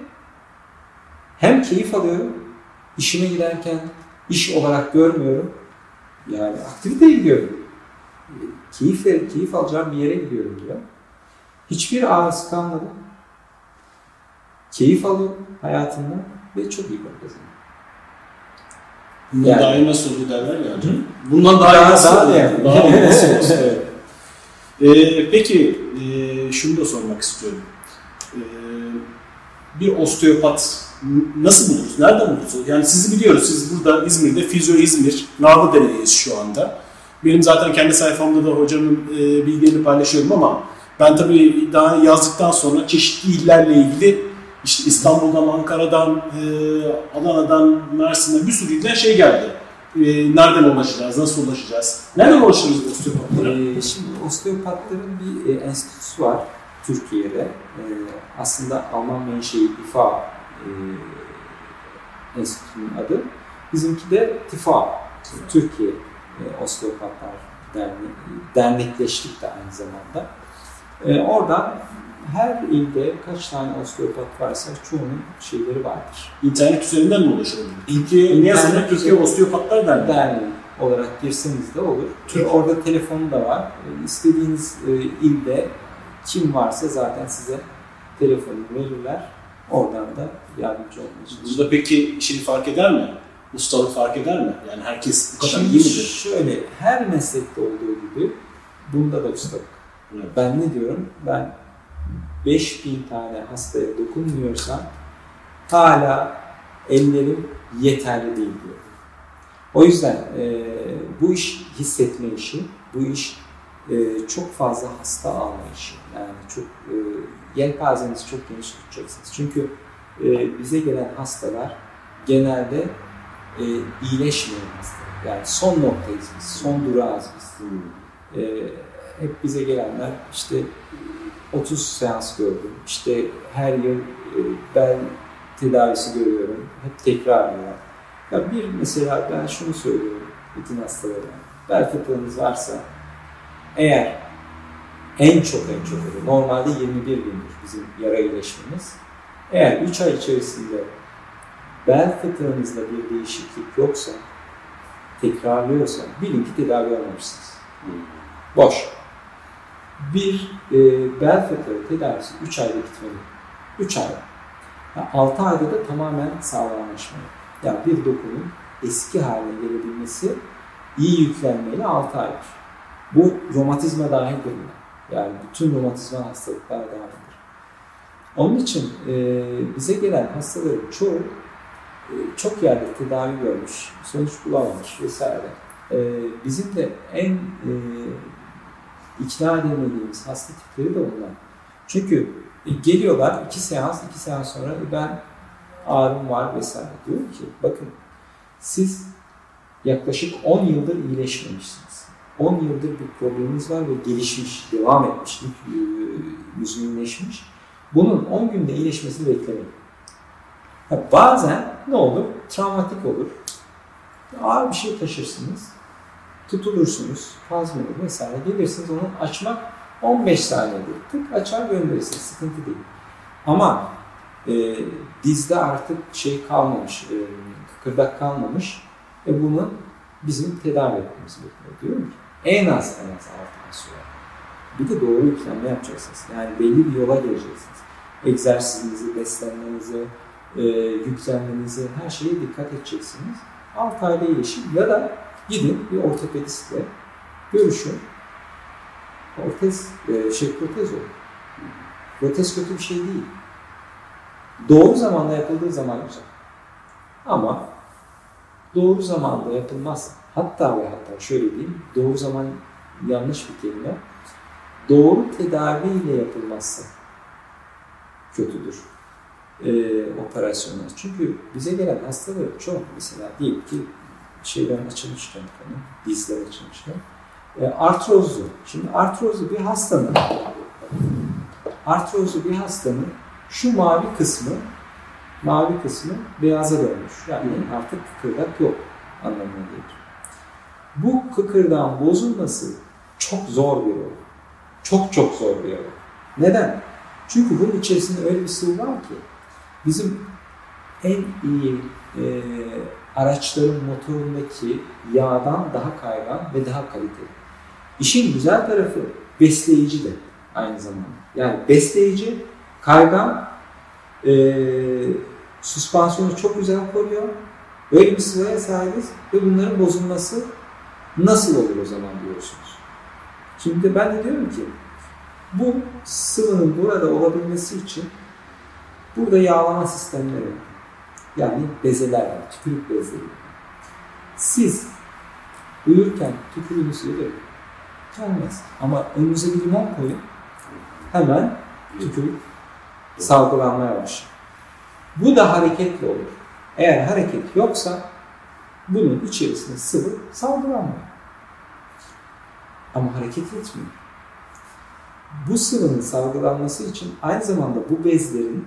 hem keyif alıyorum, işime giderken iş olarak görmüyorum. Yani aktiviteye gidiyorum. Keyif verip keyif alacağım bir yere gidiyorum diyor. Hiçbir ağrısı kalmadı. Keyif alıyorum hayatımda ve çok iyi para kazanıyorum. Bundan Yani. daha iyi nasıl olur derler ya hocam. Bundan daha iyi Daha- nasıl daha olur? yani. Daha iyi nasıl olur? Evet. Ee, peki e, şunu da sormak istiyorum. Ee, bir osteopat nasıl buluruz? Nereden buluruz? Yani sizi biliyoruz. Siz burada İzmir'de Fizyo İzmir, Narlıdere'deyiz şu anda. Benim zaten kendi sayfamda da hocamın e, bilgilerini paylaşıyorum ama ben tabii daha yazdıktan sonra çeşitli illerle ilgili işte İstanbul'dan, Ankara'dan, e, Adana'dan, Mersin'den bir sürü ilden şey geldi. E, nereden ulaşacağız, nasıl ulaşacağız? Nereden ulaşırız osteopatlara? Ee, şimdi osteopatların bir e, enstitüsü var Türkiye'de. E, aslında Alman menşei İ F A e, enstitünün adı. Bizimki de T İ F A, Türkiye e, Osteopatlar Derneği, dernekleştik de aynı zamanda. E, oradan her ilde kaç tane osteopat varsa çoğunun şeyleri vardır. İnternet üzerinden mi ulaşabiliriz? Türkiye, ne yazık ki Türkiye Osteopatlar Derneği. Derneği olarak girseniz de olur. Çünkü orada telefonu da var. E, İstediğiniz e, ilde kim varsa zaten size telefonu verirler. Oradan da yardımcı olmaya çalışırlar. Burada peki şey fark eder mi? Ustalık fark eder mi? Yani herkes bu kadar Şimdi iyi midir? şöyle, her meslekte olduğu gibi bunda da ustalık. Evet. Ben ne diyorum? Ben beş bin tane hastaya dokunmuyorsam hala ellerim yeterli değil diyorum. O yüzden e, bu iş hissetme işi, bu iş e, çok fazla hasta alma işi. Yani çok e, yelpazenizi çok geniş tutacaksınız. Çünkü e, bize gelen hastalar genelde e, iyileşmeyen hastalar. Yani son noktayız biz, son durağız biz. E, hep bize gelenler işte otuz seans gördüm, işte her yıl e, bel tedavisi görüyorum, hep tekrarlıyorlar. Ya bir mesela ben şunu söylüyorum bütün hastalara, bel fıtığınız varsa eğer en çok en çok olur, normalde yirmi bir gündür bizim yara iyileşmemiz. Eğer üç ay içerisinde bel fıtığınızda bir değişiklik yoksa, tekrarlıyorsa bilin ki tedavi almamışsınız. Boş. Bir e, bel fıtığı tedavisi üç ayda bitmeli. üç ay. Yani altı ayda da tamamen sağlamlaşmalı. Yani bir dokunun eski haline gelebilmesi iyi yüklenmeyle altı aydır. Bu romatizma dahildir buna. Yani bütün romatizma hastalıklar dahildir. Onun için e, bize gelen hastaların çoğu e, çok yerde tedavi görmüş, sonuç bulamamış vesaire. E, bizim de en e, ikna edemediğimiz hasta tipleri de bunlar. Çünkü e, geliyorlar iki seans, iki seans sonra e, ben ağrım var vesaire. Diyorum ki bakın siz yaklaşık on yıldır iyileşmemişsiniz. on yıldır bir probleminiz var ve gelişmiş, devam etmiş, müzminleşmiş. Bunun on günde iyileşmesini beklemeyin. Ha, bazen ne olur? Travmatik olur. Ağır bir şey taşırsınız. Tutulursunuz, spazm olur vesaire. Gelirsiniz onu açmak on beş saniyedir. Tık açar gönderirsiniz. Sıkıntı değil. Ama e, dizde artık şey kalmamış, e, kıkırdak kalmamış ve bunu bizim tedavi etmemiz gerekiyor, diyor mu? En az en az altı ay sürer. Bir de doğru yüklenme yapacaksınız. Yani belli bir yola geleceksiniz. Egzersizinizi, beslenmenizi, e, yüklenmenizi, her şeye dikkat edeceksiniz. altı ayda iyileşin ya da gidin bir ortopedistle görüşün. Ortez, e, şey protez olur. Protez kötü bir şey değil. Doğru zamanda yapıldığı zaman güzel. Ama doğru zamanda yapılmaz. Hatta ve hatta şöyle diyeyim, doğru zaman yanlış bir kelime. Doğru tedaviyle yapılmazsa kötüdür e, operasyonlar. Çünkü bize gelen hastaları çok, mesela diyelim ki şeyden açılmışken, hani, dizler açılmışken, e, artrozlu. Şimdi artrozlu bir hastanın artrozlu bir hastanın şu mavi kısmı mavi kısmı beyaza dönmüş. Yani artık kıkırdak yok anlamına gelir. Bu kıkırdağın bozulması çok zor bir olay. Çok çok zor bir olay. Neden? Çünkü bunun içerisinde öyle bir sıvı var ki bizim en iyi e, araçların motorundaki yağdan daha kaygan ve daha kaliteli. İşin güzel tarafı besleyici de aynı zamanda. Yani besleyici, kaygan, e, süspansiyonu çok güzel koruyor. Öyle bir sıvıya sahibiz ve bunların bozulması nasıl olur o zaman diyorsunuz. Şimdi ben de diyorum ki bu sıvının burada olabilmesi için burada yağlama sistemleri, yani bezeler var, tükürük bezleri. Siz uyurken tükürüğünüzü yedirin. Gelmez. Ama önünüze bir limon koyun, hemen tükürük salgılanmaya başlar. Bu da hareketli olur. Eğer hareket yoksa bunun içerisinde sıvı salgılanmıyor. Ama hareket etmiyor. Bu sıvının salgılanması için aynı zamanda bu bezlerin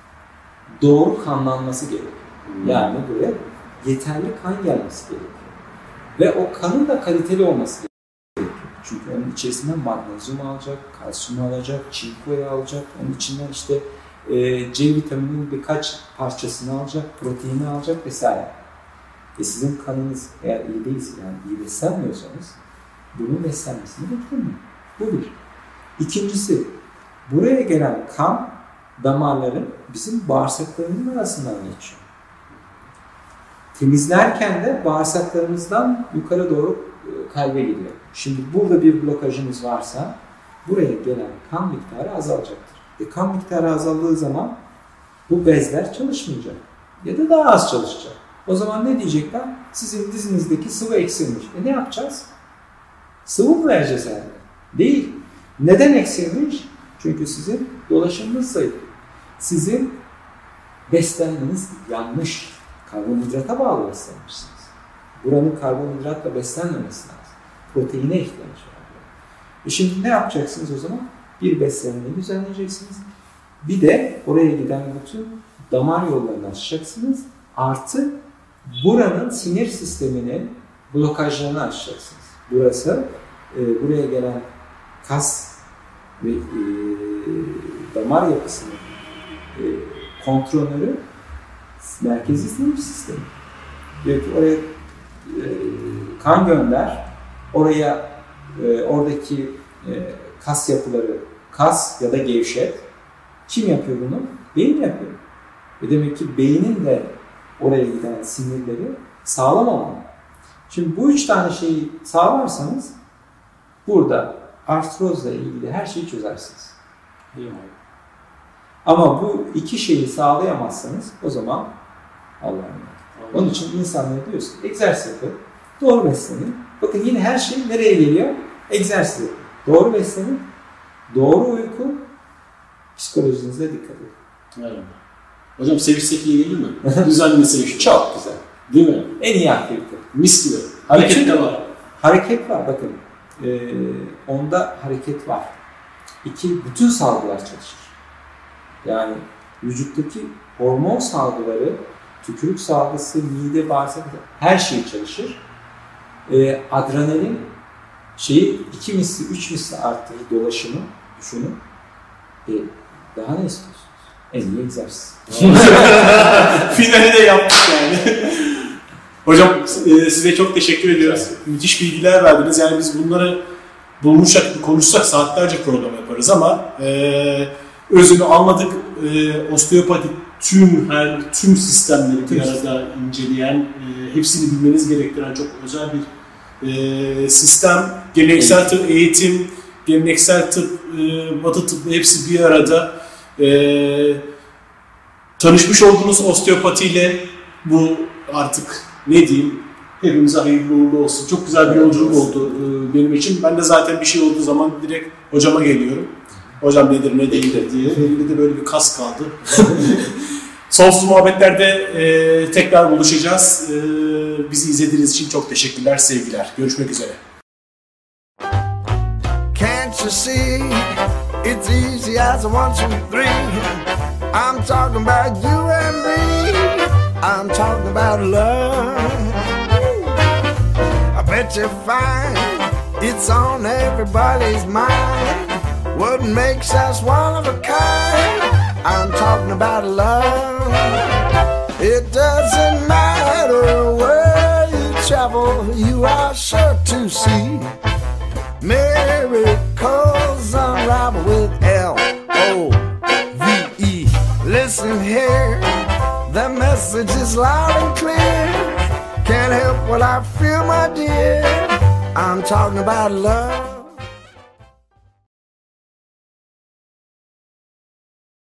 doğru kanlanması gerekiyor. Yani buraya yeterli kan gelmesi gerekiyor. Ve o kanın da kaliteli olması gerekiyor. Çünkü onun içerisinden magnezyum alacak, kalsiyum alacak, çinkoyu alacak, onun içinden işte e, C vitamininin birkaç parçasını alacak, proteini alacak vesaire. E sizin kanınız eğer iyi değilse, yani iyi beslenmiyorsanız bunun beslenmesini beklemeyin. Bu bir. İkincisi, buraya gelen kan damarların bizim bağırsaklarımızın arasından geçiyor. Temizlerken de bağırsaklarımızdan yukarı doğru kalbe gidiyor. Şimdi burada bir blokajımız varsa buraya gelen kan miktarı azalacaktır. E kan miktarı azaldığı zaman bu bezler çalışmayacak ya da daha az çalışacak. O zaman ne diyecekler? Sizin dizinizdeki sıvı eksilmiş. E ne yapacağız? Sıvı mı vereceğiz yani? Değil. Neden eksilmiş? Çünkü sizin dolaşımınız zayıf. Sizin beslenmeniz yanlış. Karbonhidrata bağlı beslenmişsiniz. Buranın karbonhidratla beslenmemesi lazım. Proteine ihtiyaç var. E şimdi ne yapacaksınız o zaman? Bir beslenmeyi düzenleyeceksiniz. Bir de oraya giden bütün damar yollarını açacaksınız. Artı buranın sinir sisteminin blokajlarını açacaksınız. Burası e, buraya gelen kas ve e, damar yapısının e, kontrolörü merkezi sinir sistemi. Diyor ki oraya e, kan gönder, oraya e, oradaki e, kas yapıları kas ya da gevşet. Kim yapıyor bunu? Beyin yapıyor. Ve demek ki beynin de oraya giden sinirleri sağlam olmalı. Şimdi bu üç tane şeyi sağlarsanız burada artrozla ilgili her şeyi çözersiniz. Değil mi? Ama bu iki şeyi sağlayamazsanız o zaman Allah'ım. Onun için insanlara diyoruz ki egzersiz yapın, doğru beslenin. Bakın yine her şey nereye geliyor? Egzersiz yapın. Doğru beslenin, doğru uyku, psikolojinize dikkat edin. Evet. Hocam sevişsek iyi değil mi? Düzenli sevişmek. Çok güzel. Değil mi? En iyi aktivite. Mis gibi. Hareket de var. Hareket var bakın. Ee, onda hareket var. İki, bütün salgılar çalışır. Yani vücuttaki hormon salgıları, tükürük salgısı, mide, bağırsak, her şey çalışır. Ee, adrenalin şeyi iki misli, üç misli arttırır dolaşımı, düşünün. E, daha ne istiyorsunuz? En iyi egzersiz. Finali de yaptık yani. Hocam e, size çok teşekkür ediyoruz. Müthiş bilgiler verdiniz. Yani biz bunları bulmuşsak, konuşsak saatlerce program yaparız ama e, özünü anladık. E, osteopati tüm her tüm sistemleri bir arada inceleyen, e, hepsini bilmeniz gerektiren çok özel bir e, sistem. Geleneksel tıp, eğitim, geleneksel tıp, e, batı tıp hepsi bir arada. E, tanışmış olduğunuz osteopatiyle bu artık ne diyeyim, hepimize hayırlı uğurlu olsun. Çok güzel bir yolculuk oldu e, benim için. Ben de zaten bir şey olduğu zaman direkt hocama geliyorum. Hocam nedir ne değildir diye. Elimde de böyle bir kas kaldı. Sonsuz muhabbetlerde e, tekrar buluşacağız. E, bizi izlediğiniz için çok teşekkürler, sevgiler. Görüşmek üzere. Can't you see it's easy as a one, two, three. I'm talking about you and me. I'm talking about love. I bet you find it's on everybody's mind. What makes us one of a kind? I'm talking about love. It doesn't matter where you travel, you are sure to see miracles unravel with L O V E. Listen here, the message is loud and clear. Can't help what I feel, my dear. I'm talking about love.